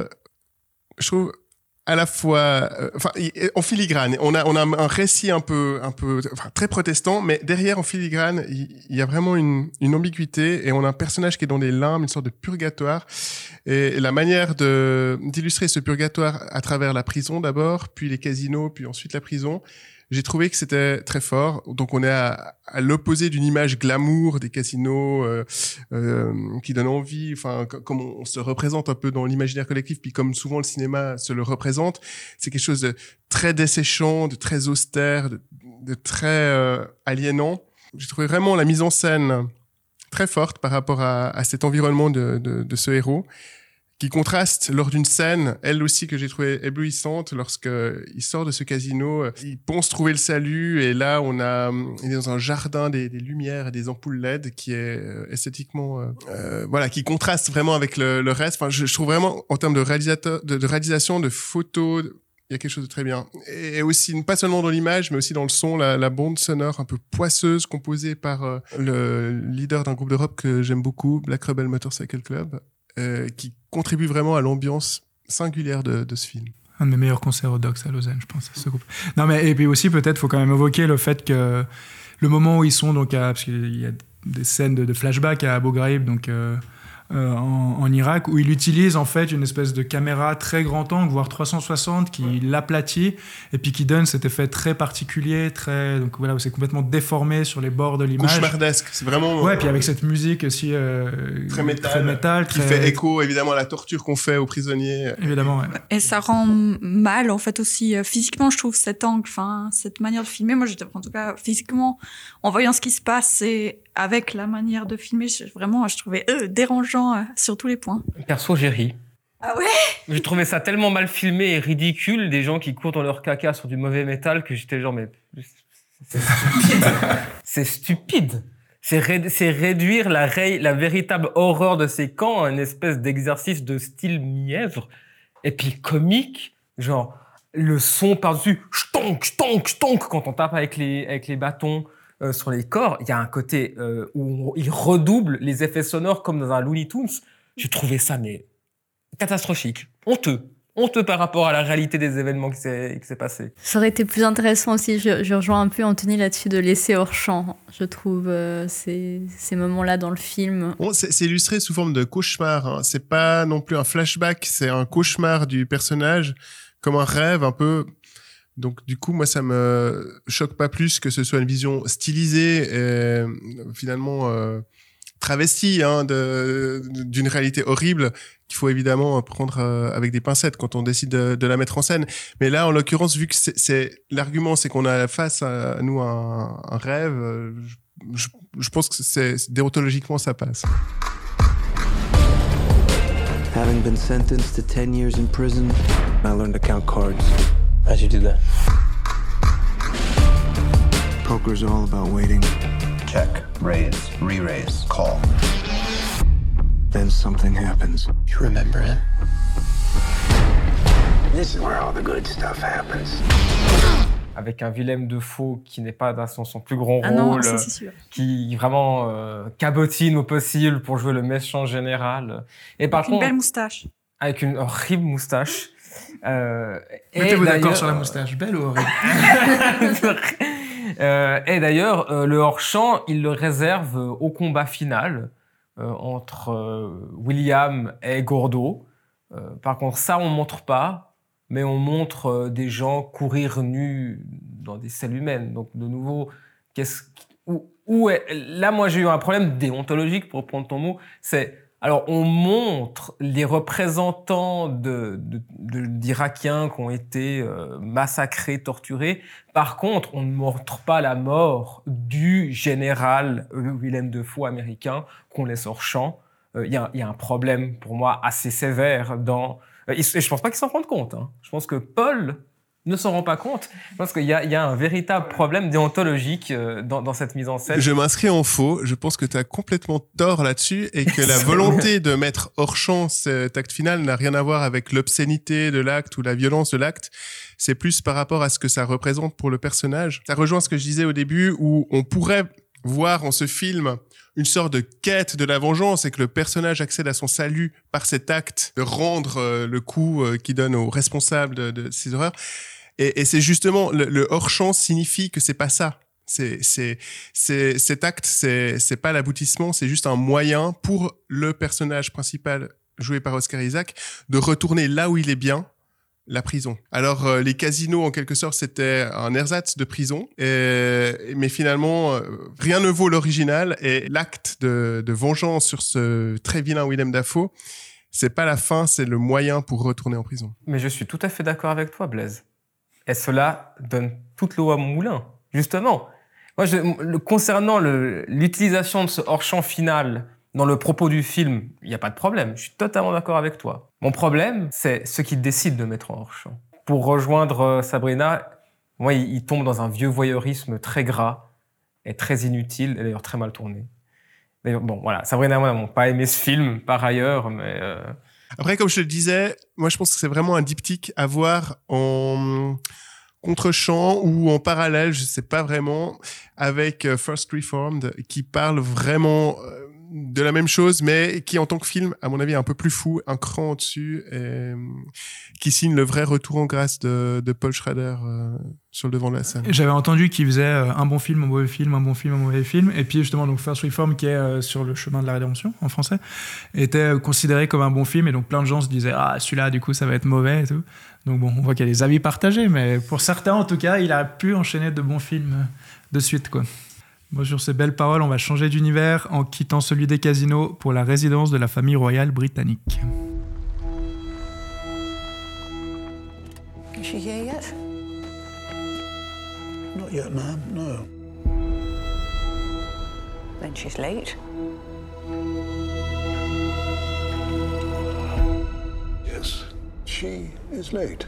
je trouve, à la fois, en filigrane. On a un récit un peu, très protestant, mais derrière, en filigrane, il y a vraiment une ambiguïté, et on a un personnage qui est dans des limbes, une sorte de purgatoire. Et la manière d'illustrer ce purgatoire à travers la prison d'abord, puis les casinos, puis ensuite la prison, j'ai trouvé que c'était très fort. Donc on est à l'opposé d'une image glamour des casinos qui donne envie, enfin comme on se représente un peu dans l'imaginaire collectif, puis comme souvent le cinéma se le représente, c'est quelque chose de très desséchant, de très austère, de très aliénant. J'ai trouvé vraiment la mise en scène très forte par rapport à cet environnement de ce héros, qui contraste lors d'une scène, elle aussi que j'ai trouvée éblouissante, lorsqu'il sort de ce casino, il pense trouver le salut, et là il est dans un jardin des lumières et des ampoules LED qui est esthétiquement, qui contraste vraiment avec le reste. Enfin, je trouve vraiment, en termes de réalisation, de photos, il y a quelque chose de très bien. Et aussi, pas seulement dans l'image, mais aussi dans le son, la bande sonore un peu poisseuse, composée par le leader d'un groupe de rock que j'aime beaucoup, Black Rebel Motorcycle Club, qui contribue vraiment à l'ambiance singulière de ce film. Un de mes meilleurs concerts au Dox à Lausanne, je pense, ce groupe. Non, mais et puis aussi, peut-être, faut quand même évoquer le fait que le moment où ils sont, donc, parce qu'il y a des scènes de flashback à Abu Ghraib, donc en Irak, où il utilise en fait une espèce de caméra très grand angle, voire 360, qui l'aplatit et puis qui donne cet effet très particulier, donc voilà, où c'est complètement déformé sur les bords de l'image. Cauchemardesque, c'est vraiment. Ouais, puis avec cette musique aussi très métal, qui fait écho évidemment à la torture qu'on fait aux prisonniers. Évidemment, ouais. Et ça rend mal en fait aussi physiquement, je trouve, cet angle, cette manière de filmer. Moi, j'étais en tout cas physiquement, en voyant ce qui se passe et avec la manière de filmer, je trouvais dérangeant sur tous les points. Perso, j'ai ri. Ah ouais? J'ai trouvé ça tellement mal filmé et ridicule, des gens qui courent dans leur caca sur du mauvais métal, que j'étais genre, mais c'est stupide. C'est stupide. C'est réduire la véritable horreur de ces camps à une espèce d'exercice de style mièvre. Et puis comique, genre le son par-dessus, chtonk, quand on tape avec les bâtons sur les corps. Il y a un côté où il redouble les effets sonores comme dans un Looney Tunes. J'ai trouvé ça mais catastrophique, honteux. honteux par rapport à la réalité des événements qui s'est passé. Ça aurait été plus intéressant aussi, je rejoins un peu Anthony là-dessus, de laisser hors champ, je trouve, ces moments-là dans le film. Bon, c'est illustré sous forme de cauchemar, hein. C'est pas non plus un flashback, c'est un cauchemar du personnage, comme un rêve un peu. Donc du coup, moi, ça me choque pas plus que ce soit une vision stylisée et finalement travestie d'une réalité horrible qu'il faut évidemment prendre avec des pincettes quand on décide de la mettre en scène. Mais là, en l'occurrence, vu que l'argument, c'est qu'on a face à nous un rêve, je pense que déontologiquement, ça passe. Having been sentenced to 10 years in prison, I learned to count cards. How'd you do that? Poker's all about waiting. Check, raise, re-raise, call. Then something happens. You remember it? This is where all the good stuff happens. Avec un Willem Dafoe qui n'est pas dans son plus grand rôle, non, c'est sûr. Qui vraiment cabotine au possible pour jouer le méchant général. Et par contre, une belle moustache. Avec une horrible moustache. Mettez-vous d'accord sur la moustache, belle ou horrible? Et d'ailleurs, le hors-champ, il le réserve au combat final entre William et Gordo. Par contre, ça, on ne montre pas, mais on montre des gens courir nus dans des selles humaines. Donc, de nouveau, là, moi, j'ai eu un problème déontologique, pour reprendre ton mot, c'est... Alors, on montre les représentants d'Irakiens qui ont été massacrés, torturés. Par contre, on ne montre pas la mort du général Willem Dafoe américain qu'on laisse hors champ. Il y a un problème, pour moi, assez sévère dans... Et je pense pas qu'ils s'en rendent compte. Hein. Je pense que Paul ne s'en rend pas compte. Je pense qu'il y a un véritable problème déontologique dans cette mise en scène. Je m'inscris en faux. Je pense que tu as complètement tort là-dessus et que la volonté de mettre hors champ cet acte final n'a rien à voir avec l'obscénité de l'acte ou la violence de l'acte. C'est plus par rapport à ce que ça représente pour le personnage. Ça rejoint ce que je disais au début où on pourrait voir en ce film une sorte de quête de la vengeance et que le personnage accède à son salut par cet acte de rendre le coup qui donne aux responsables de ces horreurs. Et c'est justement le hors-champ signifie que c'est pas ça. Cet acte, c'est pas l'aboutissement, c'est juste un moyen pour le personnage principal joué par Oscar Isaac de retourner là où il est bien, la prison. Alors les casinos en quelque sorte c'était un ersatz de prison, mais finalement rien ne vaut l'original et l'acte de vengeance sur ce très vilain Willem Dafoe, c'est pas la fin, c'est le moyen pour retourner en prison. Mais je suis tout à fait d'accord avec toi, Blaise. Et cela donne toute l'eau à mon moulin, justement. Moi, concernant l'utilisation de ce hors-champ final dans le propos du film, il n'y a pas de problème. Je suis totalement d'accord avec toi. Mon problème, c'est ceux qui décident de mettre en hors-champ. Pour rejoindre Sabrina, moi, il tombe dans un vieux voyeurisme très gras et très inutile, et d'ailleurs très mal tourné. D'ailleurs, bon, voilà, Sabrina et moi n'avons pas aimé ce film, par ailleurs, mais... Après, comme je te le disais, moi, je pense que c'est vraiment un diptyque à voir en contre-champ ou en parallèle, je sais pas vraiment, avec First Reformed, qui parle vraiment de la même chose, mais qui, en tant que film, à mon avis, est un peu plus fou, un cran au-dessus, et qui signe le vrai retour en grâce de Paul Schrader sur le devant de la scène. J'avais entendu qu'il faisait un bon film, un mauvais film, un bon film, un mauvais film, et puis justement, donc First Reformed, qui est sur le chemin de la rédemption, en français, était considéré comme un bon film, et donc plein de gens se disaient « Ah, celui-là, du coup, ça va être mauvais », et tout. Donc bon, on voit qu'il y a des avis partagés, mais pour certains, en tout cas, il a pu enchaîner de bons films de suite, quoi. Bon, sur ces belles paroles, on va changer d'univers en quittant celui des casinos pour la résidence de la famille royale britannique. Is she here yet? Not yet, ma'am, no. Then she's late. Yes, she is late.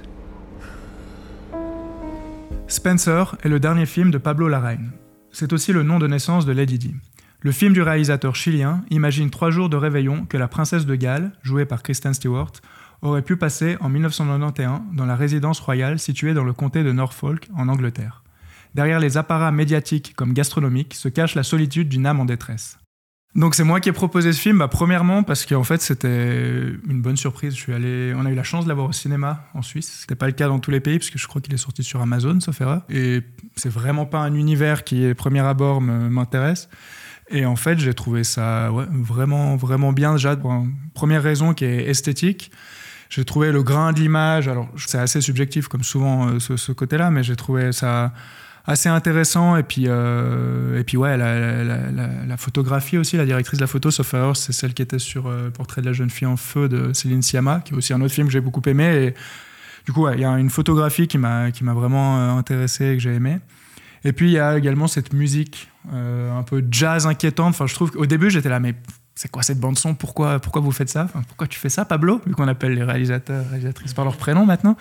Spencer est le dernier film de Pablo Larraín. C'est aussi le nom de naissance de Lady Di. Le film du réalisateur chilien imagine 3 jours de réveillon que la princesse de Galles, jouée par Kristen Stewart, aurait pu passer en 1991 dans la résidence royale située dans le comté de Norfolk, en Angleterre. Derrière les apparats médiatiques comme gastronomiques se cache la solitude d'une âme en détresse. Donc c'est moi qui ai proposé ce film, premièrement parce qu'en fait c'était une bonne surprise. On a eu la chance de l'avoir au cinéma en Suisse. C'était pas le cas dans tous les pays parce que je crois qu'il est sorti sur Amazon, sauf erreur. Et c'est vraiment pas un univers qui, au premier abord, m'intéresse. Et en fait j'ai trouvé ça vraiment, vraiment bien déjà. Pour une première raison qui est esthétique. J'ai trouvé le grain de l'image, alors c'est assez subjectif comme souvent ce côté-là, mais j'ai trouvé ça assez intéressant. Et puis ouais, la photographie aussi, la directrice de la photo, sauf erreur, c'est celle qui était sur Portrait de la jeune fille en feu de Céline Sciamma, qui est aussi un autre film que j'ai beaucoup aimé. Et du coup, il y a une photographie qui m'a vraiment intéressé et que j'ai aimé. Et puis il y a également cette musique un peu jazz inquiétante. Enfin, je trouve qu'au début j'étais là, mais c'est quoi cette bande son ? Pourquoi vous faites ça ? Enfin, pourquoi tu fais ça, Pablo ? Vu qu'on appelle les réalisatrices par leur prénom maintenant.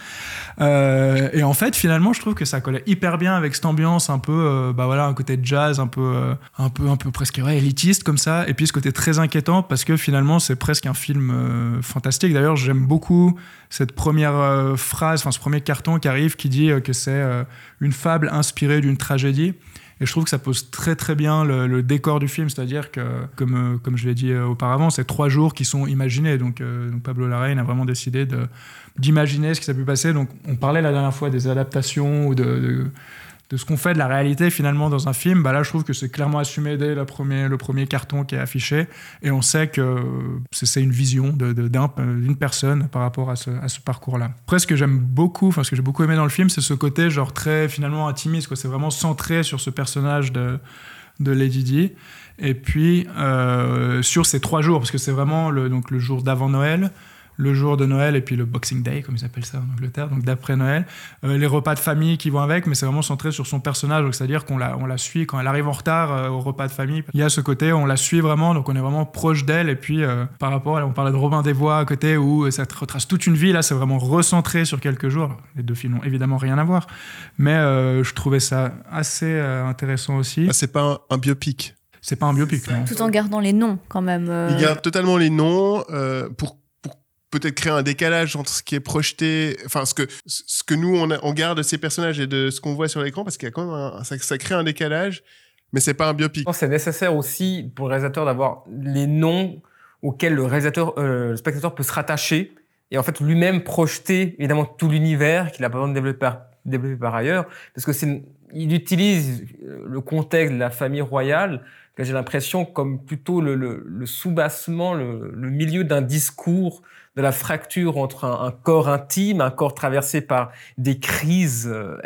Et en fait, finalement, je trouve que ça collait hyper bien avec cette ambiance un peu, un côté jazz, un peu presque élitiste comme ça. Et puis ce côté très inquiétant parce que finalement, c'est presque un film fantastique. D'ailleurs, j'aime beaucoup cette première phrase, ce premier carton qui arrive, qui dit que c'est une fable inspirée d'une tragédie. Et je trouve que ça pose très très bien le décor du film, c'est-à-dire que, comme je l'ai dit auparavant, c'est 3 jours qui sont imaginés. Donc Pablo Larraín a vraiment décidé d'imaginer ce qui s'est pu passer. Donc on parlait la dernière fois des adaptations ou de ce qu'on fait de la réalité finalement dans un film. Là, je trouve que c'est clairement assumé dès le premier carton qui est affiché. Et on sait que c'est une vision d'une personne par rapport à ce parcours-là. Après, ce que j'aime beaucoup, ce que j'ai beaucoup aimé dans le film, c'est ce côté genre très finalement intimiste, quoi. C'est vraiment centré sur ce personnage de Lady Di. Et puis, sur ces 3 jours, parce que c'est vraiment le jour d'avant Noël, le jour de Noël et puis le Boxing Day, comme ils appellent ça en Angleterre, donc d'après Noël, les repas de famille qui vont avec, mais c'est vraiment centré sur son personnage, donc c'est-à-dire qu'on la suit quand elle arrive en retard au repas de famille. Il y a ce côté, on la suit vraiment, donc on est vraiment proche d'elle, et puis par rapport, on parlait de Robin des Bois à côté, où ça te retrace toute une vie, là c'est vraiment recentré sur quelques jours. Les 2 films n'ont évidemment rien à voir, mais je trouvais ça assez intéressant aussi. C'est pas un biopic. C'est pas un biopic, non. Tout en gardant les noms, quand même. Il garde totalement les noms pour peut-être créer un décalage entre ce qui est projeté, enfin ce que nous on garde de ces personnages et de ce qu'on voit sur l'écran, parce qu'il y a quand même ça crée un décalage, mais c'est pas un biopic. C'est nécessaire aussi pour le réalisateur d'avoir les noms auxquels le spectateur peut se rattacher et en fait lui-même projeter évidemment tout l'univers qu'il a besoin de développer par ailleurs, parce que il utilise le contexte de la famille royale, que j'ai l'impression comme plutôt le soubassement, le milieu d'un discours, de la fracture entre un corps intime, un corps traversé par des crises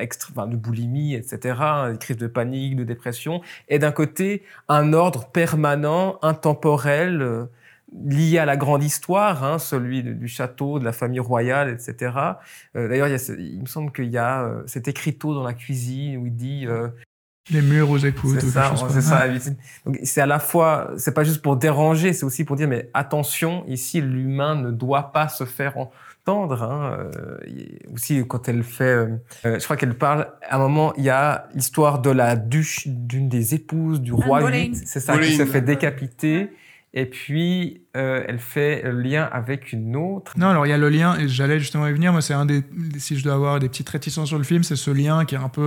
de boulimie, etc., des crises de panique, de dépression, et d'un côté, un ordre permanent, intemporel, lié à la grande histoire, celui du château, de la famille royale, etc. D'ailleurs, il me semble qu'il y a cet écriteau dans la cuisine où il dit... les murs aux écoutes. C'est ça. Donc, c'est à la fois, c'est pas juste pour déranger, c'est aussi pour dire, mais attention, ici, l'humain ne doit pas se faire entendre. Aussi, quand elle fait, je crois qu'elle parle, à un moment, il y a l'histoire de d'une des épouses du roi VIII, c'est ça, qui se fait décapiter. Et puis, elle fait le lien avec une autre. Non, alors il y a le lien, et j'allais justement y venir, moi c'est si je dois avoir des petites réticences sur le film, c'est ce lien qui est un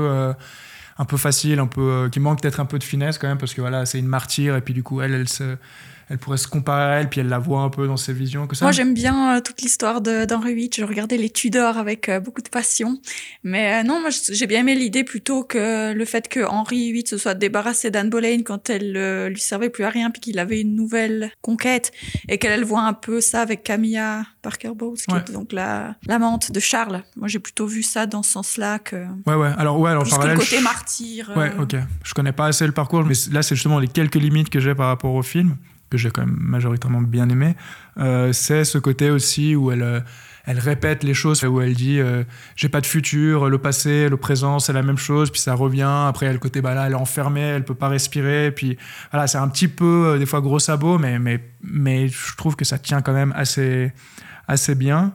peu facile, qui manque peut-être un peu de finesse quand même, parce que voilà, c'est une martyre, et puis du coup, elle pourrait se comparer à elle, puis elle la voit un peu dans ses visions. Que ça. Moi, j'aime bien toute l'histoire d'Henri VIII. Je regardais les Tudors avec beaucoup de passion. Mais non, moi, j'ai bien aimé l'idée plutôt que le fait que Henri VIII se soit débarrassé d'Anne Boleyn quand elle lui servait plus à rien, puis qu'il avait une nouvelle conquête, et qu'elle voit un peu ça avec Camilla Parker Bowles, qui est donc l'amante de Charles. Moi, j'ai plutôt vu ça dans ce sens-là que... Ouais. Alors plus que le côté martyr. Ouais, ok. Je connais pas assez le parcours, mais là, c'est justement les quelques limites que j'ai par rapport au film, que j'ai quand même majoritairement bien aimé, c'est ce côté aussi où elle répète les choses, où elle dit j'ai pas de futur, le passé, le présent, c'est la même chose, puis ça revient, après il y a le côté là elle est enfermée, elle peut pas respirer, puis voilà, c'est un petit peu des fois gros sabot, mais je trouve que ça tient quand même assez bien.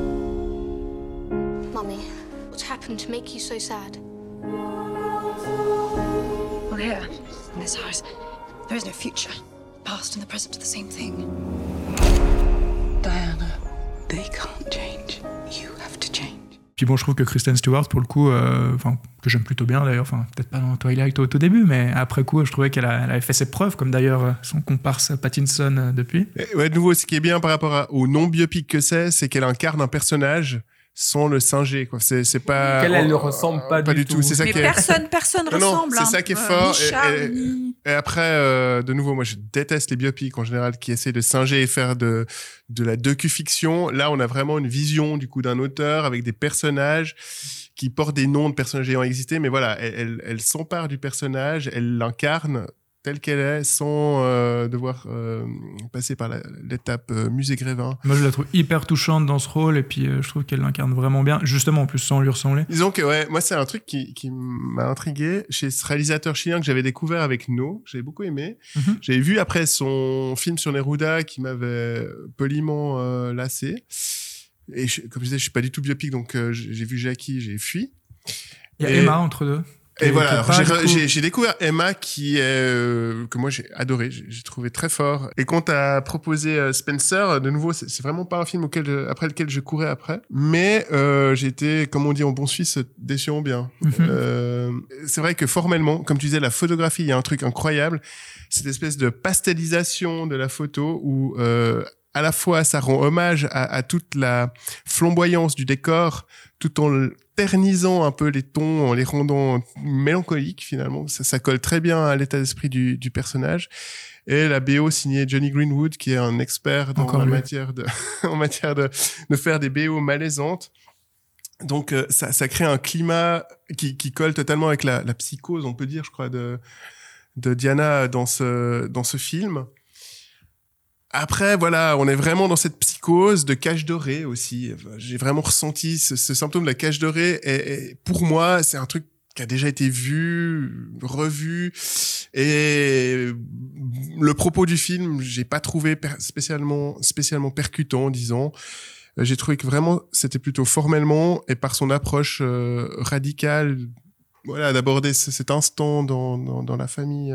Mummy, what's happened to make you so sad? Well, here, in this house, there is no future. Past and the present are the same thing. Diana, they can't change. You have to change. Puis bon, je trouve que Kristen Stewart, pour le coup, que j'aime plutôt bien d'ailleurs, peut-être pas dans Twilight au tout début, mais après coup, je trouvais qu'elle avait fait ses preuves, comme d'ailleurs son comparse Pattinson depuis. Ouais, de nouveau, ce qui est bien par rapport au non-biopic que c'est qu'elle incarne un personnage sans le singer, quoi. C'est pas. Elle ne ressemble pas du tout. C'est ça mais qui personne ressemble. C'est ça qui est fort. Et après, de nouveau, moi, je déteste les biopics en général qui essaient de singer et faire de la docu-fiction. Là, on a vraiment une vision, du coup, d'un auteur avec des personnages qui portent des noms de personnages ayant existé. Mais voilà, elle s'empare du personnage, elle l'incarne telle qu'elle est, sans devoir passer par l'étape musée Grévin. Moi, je la trouve hyper touchante dans ce rôle, et puis je trouve qu'elle l'incarne vraiment bien, justement, en plus, sans lui ressembler. Disons que, ouais, moi, c'est un truc qui m'a intrigué chez ce réalisateur chilien que j'avais découvert avec No, j'avais beaucoup aimé. Mm-hmm. J'avais vu après son film sur Neruda qui m'avait poliment lassé. Et comme je disais, je suis pas du tout biopic, donc j'ai vu Jackie, j'ai fui. Il y a Emma entre deux. Et voilà, alors j'ai découvert Emma qui est que moi j'ai adoré, j'ai trouvé très fort. Et quand t'as proposé Spencer, de nouveau, c'est vraiment pas un film après lequel je courais après, mais j'ai été, comme on dit en bon suisse, déçu en bien. Mm-hmm. C'est vrai que formellement, comme tu disais, la photographie, il y a un truc incroyable, cette espèce de pastelisation de la photo où à la fois ça rend hommage à toute la flamboyance du décor, tout en ternisant un peu les tons, en les rendant mélancoliques finalement. Ça colle très bien à l'état d'esprit du personnage. Et la BO signée Johnny Greenwood, qui est un expert en matière de faire des BO malaisantes. Donc ça crée un climat qui colle totalement avec la psychose, on peut dire, je crois, de Diana dans ce film. Après, voilà, on est vraiment dans cette psychose de cage dorée aussi. J'ai vraiment ressenti ce symptôme de la cage dorée. Et pour moi, c'est un truc qui a déjà été vu, revu. Et le propos du film, j'ai pas trouvé spécialement percutant, disons. J'ai trouvé que vraiment, c'était plutôt formellement et par son approche radicale, voilà, d'aborder cet instant dans la famille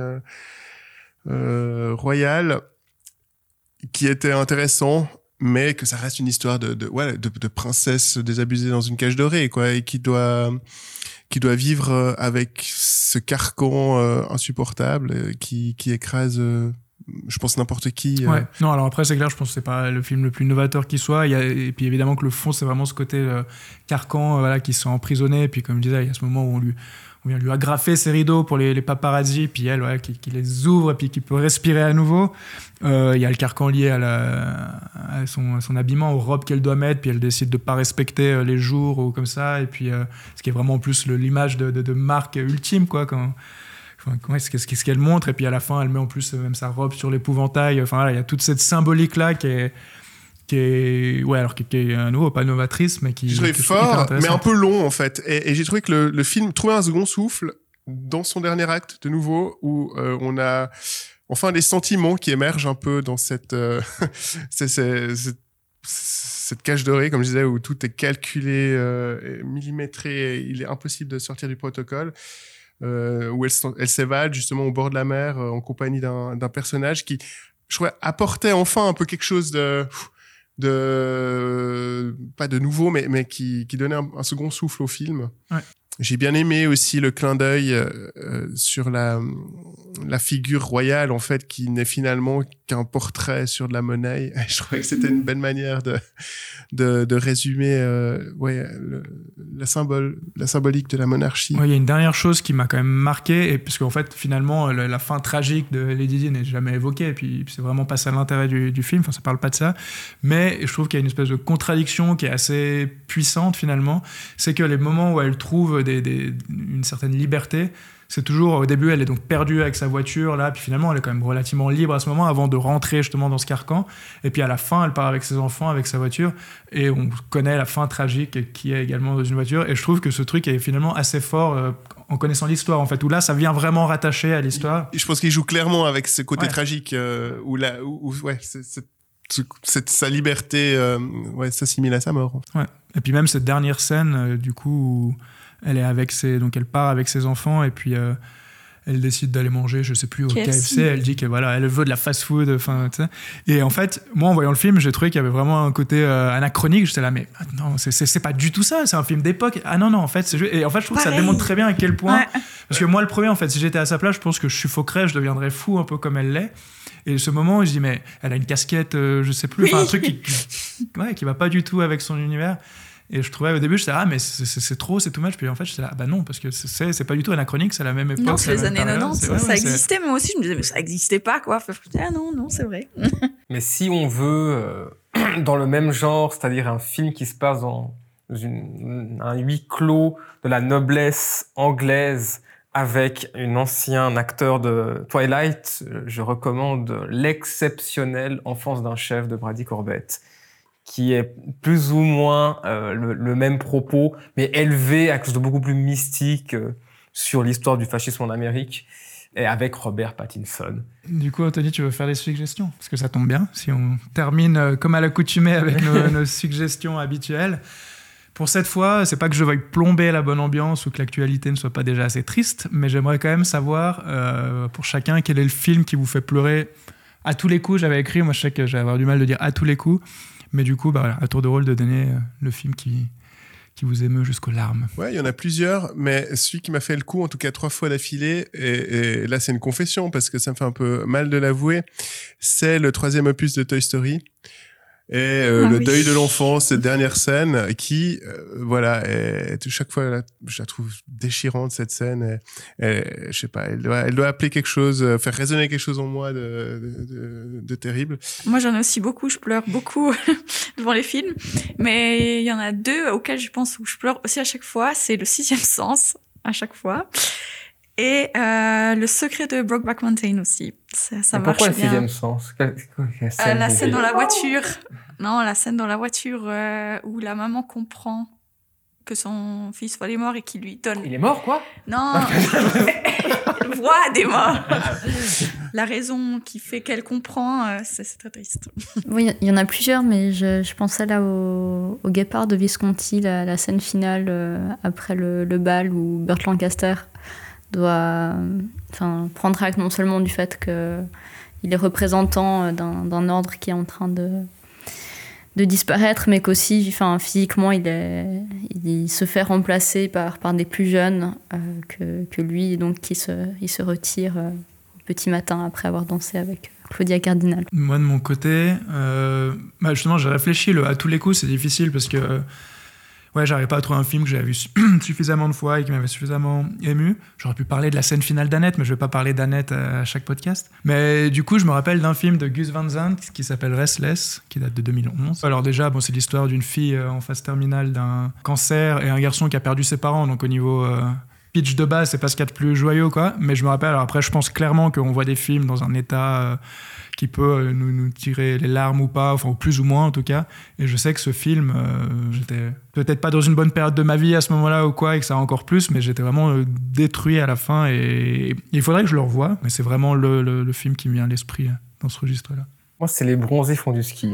royale, qui était intéressant, mais que ça reste une histoire de princesse désabusée dans une cage dorée, quoi, et qui doit vivre avec ce carcan insupportable qui écrase, je pense, n'importe qui. Ouais. Non, alors après, c'est clair, je pense que c'est pas le film le plus novateur qui soit. Et puis évidemment que le fond, c'est vraiment ce côté carcan, voilà, qui sont emprisonnés. Et puis comme je disais, il y a ce moment où on vient lui agrafer ses rideaux pour les paparazzis, puis elle, ouais, qui les ouvre et puis qui peut respirer à nouveau. Il y a le carcan lié à son habillement, aux robes qu'elle doit mettre, puis elle décide de pas respecter les jours ou comme ça. Et puis ce qui est vraiment en plus l'image de marque ultime, quoi, qu'est-ce qu'elle montre. Et puis à la fin, elle met en plus même sa robe sur l'épouvantail. Enfin voilà, il y a toute cette symbolique là qui est à nouveau pas novatrice, mais qui je fort, mais un peu long en fait. Et j'ai trouvé que le film trouvait un second souffle dans son dernier acte, de nouveau, où on a enfin des sentiments qui émergent un peu dans cette cage dorée, comme je disais, où tout est calculé, millimétré, il est impossible de sortir du protocole. Où elle s'évade justement au bord de la mer en compagnie d'un personnage qui, je trouvais, apportait enfin un peu quelque chose pas de nouveau, mais qui donnait un second souffle au film. Ouais. J'ai bien aimé aussi le clin d'œil sur la figure royale, en fait, qui n'est finalement qu'un portrait sur de la monnaie. Je trouvais que c'était une belle manière de résumer la symbolique de la monarchie. Ouais, il y a une dernière chose qui m'a quand même marqué, et parce qu'en fait, finalement, la fin tragique de Lady Di n'est jamais évoquée, et puis c'est vraiment pas ça l'intérêt du film, enfin, ça parle pas de ça, mais je trouve qu'il y a une espèce de contradiction qui est assez puissante, finalement. C'est que les moments où elle trouve une certaine liberté, c'est toujours, au début, elle est donc perdue avec sa voiture, là, puis finalement, elle est quand même relativement libre à ce moment, avant de rentrer justement dans ce carcan, et puis à la fin, elle part avec ses enfants, avec sa voiture, et on connaît la fin tragique qui est également dans une voiture, et je trouve que ce truc est finalement assez fort en connaissant l'histoire, en fait, où là, ça vient vraiment rattacher à l'histoire. Je pense qu'il joue clairement avec ce côté tragique, sa liberté s'assimile à sa mort. Ouais. Et puis même cette dernière scène, du coup, où elle est donc elle part avec ses enfants, et puis elle décide d'aller manger, je sais plus, au KFC. Elle dit que voilà, elle veut de la fast-food. Enfin, tu sais. Et en fait, moi, en voyant le film, j'ai trouvé qu'il y avait vraiment un côté anachronique. J'étais là, mais non, c'est pas du tout ça. C'est un film d'époque. Ah non, en fait, c'est juste... Et en fait, je trouve que ça démontre très bien à quel point. Ouais. Parce que moi, le premier, en fait, si j'étais à sa place, je pense que je suffoquerais, je deviendrais fou, un peu comme elle l'est. Et ce moment où je dis, mais elle a une casquette, je sais plus, un truc qui va pas du tout avec son univers. Et je trouvais au début, je disais, mais c'est trop, c'est too much. Puis en fait, je disais, non, parce que c'est pas du tout anachronique, c'est la même époque. Non, c'est les années 90, ça existait, mais moi aussi, je me disais, mais ça existait pas, quoi. Enfin, je me disais, non, c'est vrai. Mais si on veut, dans le même genre, c'est-à-dire un film qui se passe dans un huis clos de la noblesse anglaise, avec un ancien acteur de Twilight, je recommande l'exceptionnel Enfance d'un chef de Brady Corbett, qui est plus ou moins le même propos, mais élevé à quelque chose de beaucoup plus mystique sur l'histoire du fascisme en Amérique, et avec Robert Pattinson. Du coup, Anthony, tu veux faire des suggestions ? Parce que ça tombe bien, si on termine comme à l'accoutumée avec nos suggestions habituelles. Pour cette fois, c'est pas que je veuille plomber la bonne ambiance ou que l'actualité ne soit pas déjà assez triste, mais j'aimerais quand même savoir, pour chacun, quel est le film qui vous fait pleurer à tous les coups. J'avais écrit, moi je sais que j'avais avoir du mal de dire à tous les coups, mais du coup, voilà, à tour de rôle de donner le film qui vous émeut jusqu'aux larmes. Ouais, il y en a plusieurs, mais celui qui m'a fait le coup, en tout cas 3 fois d'affilée, et là c'est une confession parce que ça me fait un peu mal de l'avouer, c'est le 3e opus de Toy Story. Et le deuil de l'enfant, cette dernière scène qui, chaque fois, je la trouve déchirante, cette scène. Je sais pas, elle doit appeler quelque chose, faire résonner quelque chose en moi de terrible. Moi, j'en ai aussi beaucoup, je pleure beaucoup devant les films. Mais il y en a 2 auxquels je pense où je pleure aussi à chaque fois. C'est Le 6e sens, à chaque fois. Et Le secret de Brokeback Mountain aussi. Ça marche bien. Pourquoi Le 6e sens ? La scène dans la voiture. Non, la scène dans la voiture où la maman comprend que son fils est mort et qui lui donne... Il est mort, quoi ? Non. Voix des morts. La raison qui fait qu'elle comprend, c'est très triste. Oui, il y en a plusieurs, mais je pensais là au Guépard de Visconti, la scène finale après le bal où Burt Lancaster doit prendre acte non seulement du fait qu'il est représentant d'un ordre qui est en train de disparaître, mais qu'aussi physiquement il se fait remplacer par des plus jeunes que lui, donc il se retire au petit matin après avoir dansé avec Claudia Cardinal. Moi de mon côté, justement j'ai réfléchi, à tous les coups c'est difficile parce que j'arrive pas à trouver un film que j'avais vu suffisamment de fois et qui m'avait suffisamment ému. J'aurais pu parler de la scène finale d'Annette, mais je vais pas parler d'Annette à chaque podcast. Mais du coup, je me rappelle d'un film de Gus Van Sant qui s'appelle Restless, qui date de 2011. Alors déjà, c'est l'histoire d'une fille en phase terminale d'un cancer et un garçon qui a perdu ses parents. Donc au niveau pitch de base, c'est pas ce qu'il y a de plus joyeux, quoi. Mais je me rappelle, alors après, je pense clairement qu'on voit des films dans un état... qui peut nous tirer les larmes ou pas, ou plus ou moins en tout cas. Et je sais que ce film, j'étais peut-être pas dans une bonne période de ma vie à ce moment-là ou quoi, et que ça encore plus, mais j'étais vraiment détruit à la fin. Et il faudrait que je le revoie, mais c'est vraiment le film qui me vient à l'esprit dans ce registre-là. Moi, c'est Les bronzés font du ski.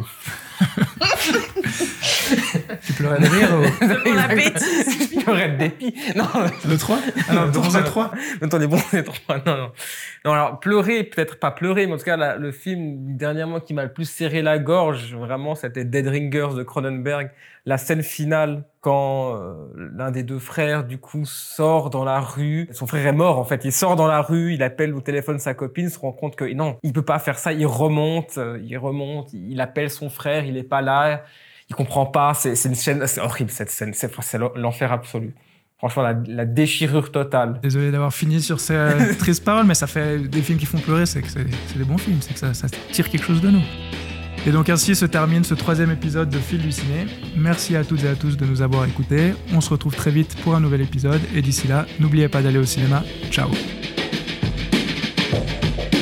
Tu pleurais de rire ou... la bêtise. Je pleurais de dépit. Non. Le 3 ? Ah non, le bronzés 3. Attends, Les bronzés 3, non. Non, alors, pleurer, peut-être pas pleurer, mais en tout cas, le film, dernièrement, qui m'a le plus serré la gorge, vraiment, c'était Dead Ringers de Cronenberg. La scène finale, quand l'un des 2 frères, du coup, sort dans la rue. Son frère est mort, en fait. Il sort dans la rue, il appelle au téléphone sa copine, se rend compte que non, il peut pas faire ça. Il remonte, il appelle son frère, il est pas là. Il comprend pas, c'est une scène, c'est horrible cette scène, c'est l'enfer absolu. Franchement, la déchirure totale. Désolé d'avoir fini sur ces tristes paroles, mais ça fait des films qui font pleurer, c'est que c'est des bons films, c'est que ça tire quelque chose de nous. Et donc ainsi se termine ce 3e épisode de Fil du Ciné. Merci à toutes et à tous de nous avoir écoutés. On se retrouve très vite pour un nouvel épisode, et d'ici là, n'oubliez pas d'aller au cinéma. Ciao.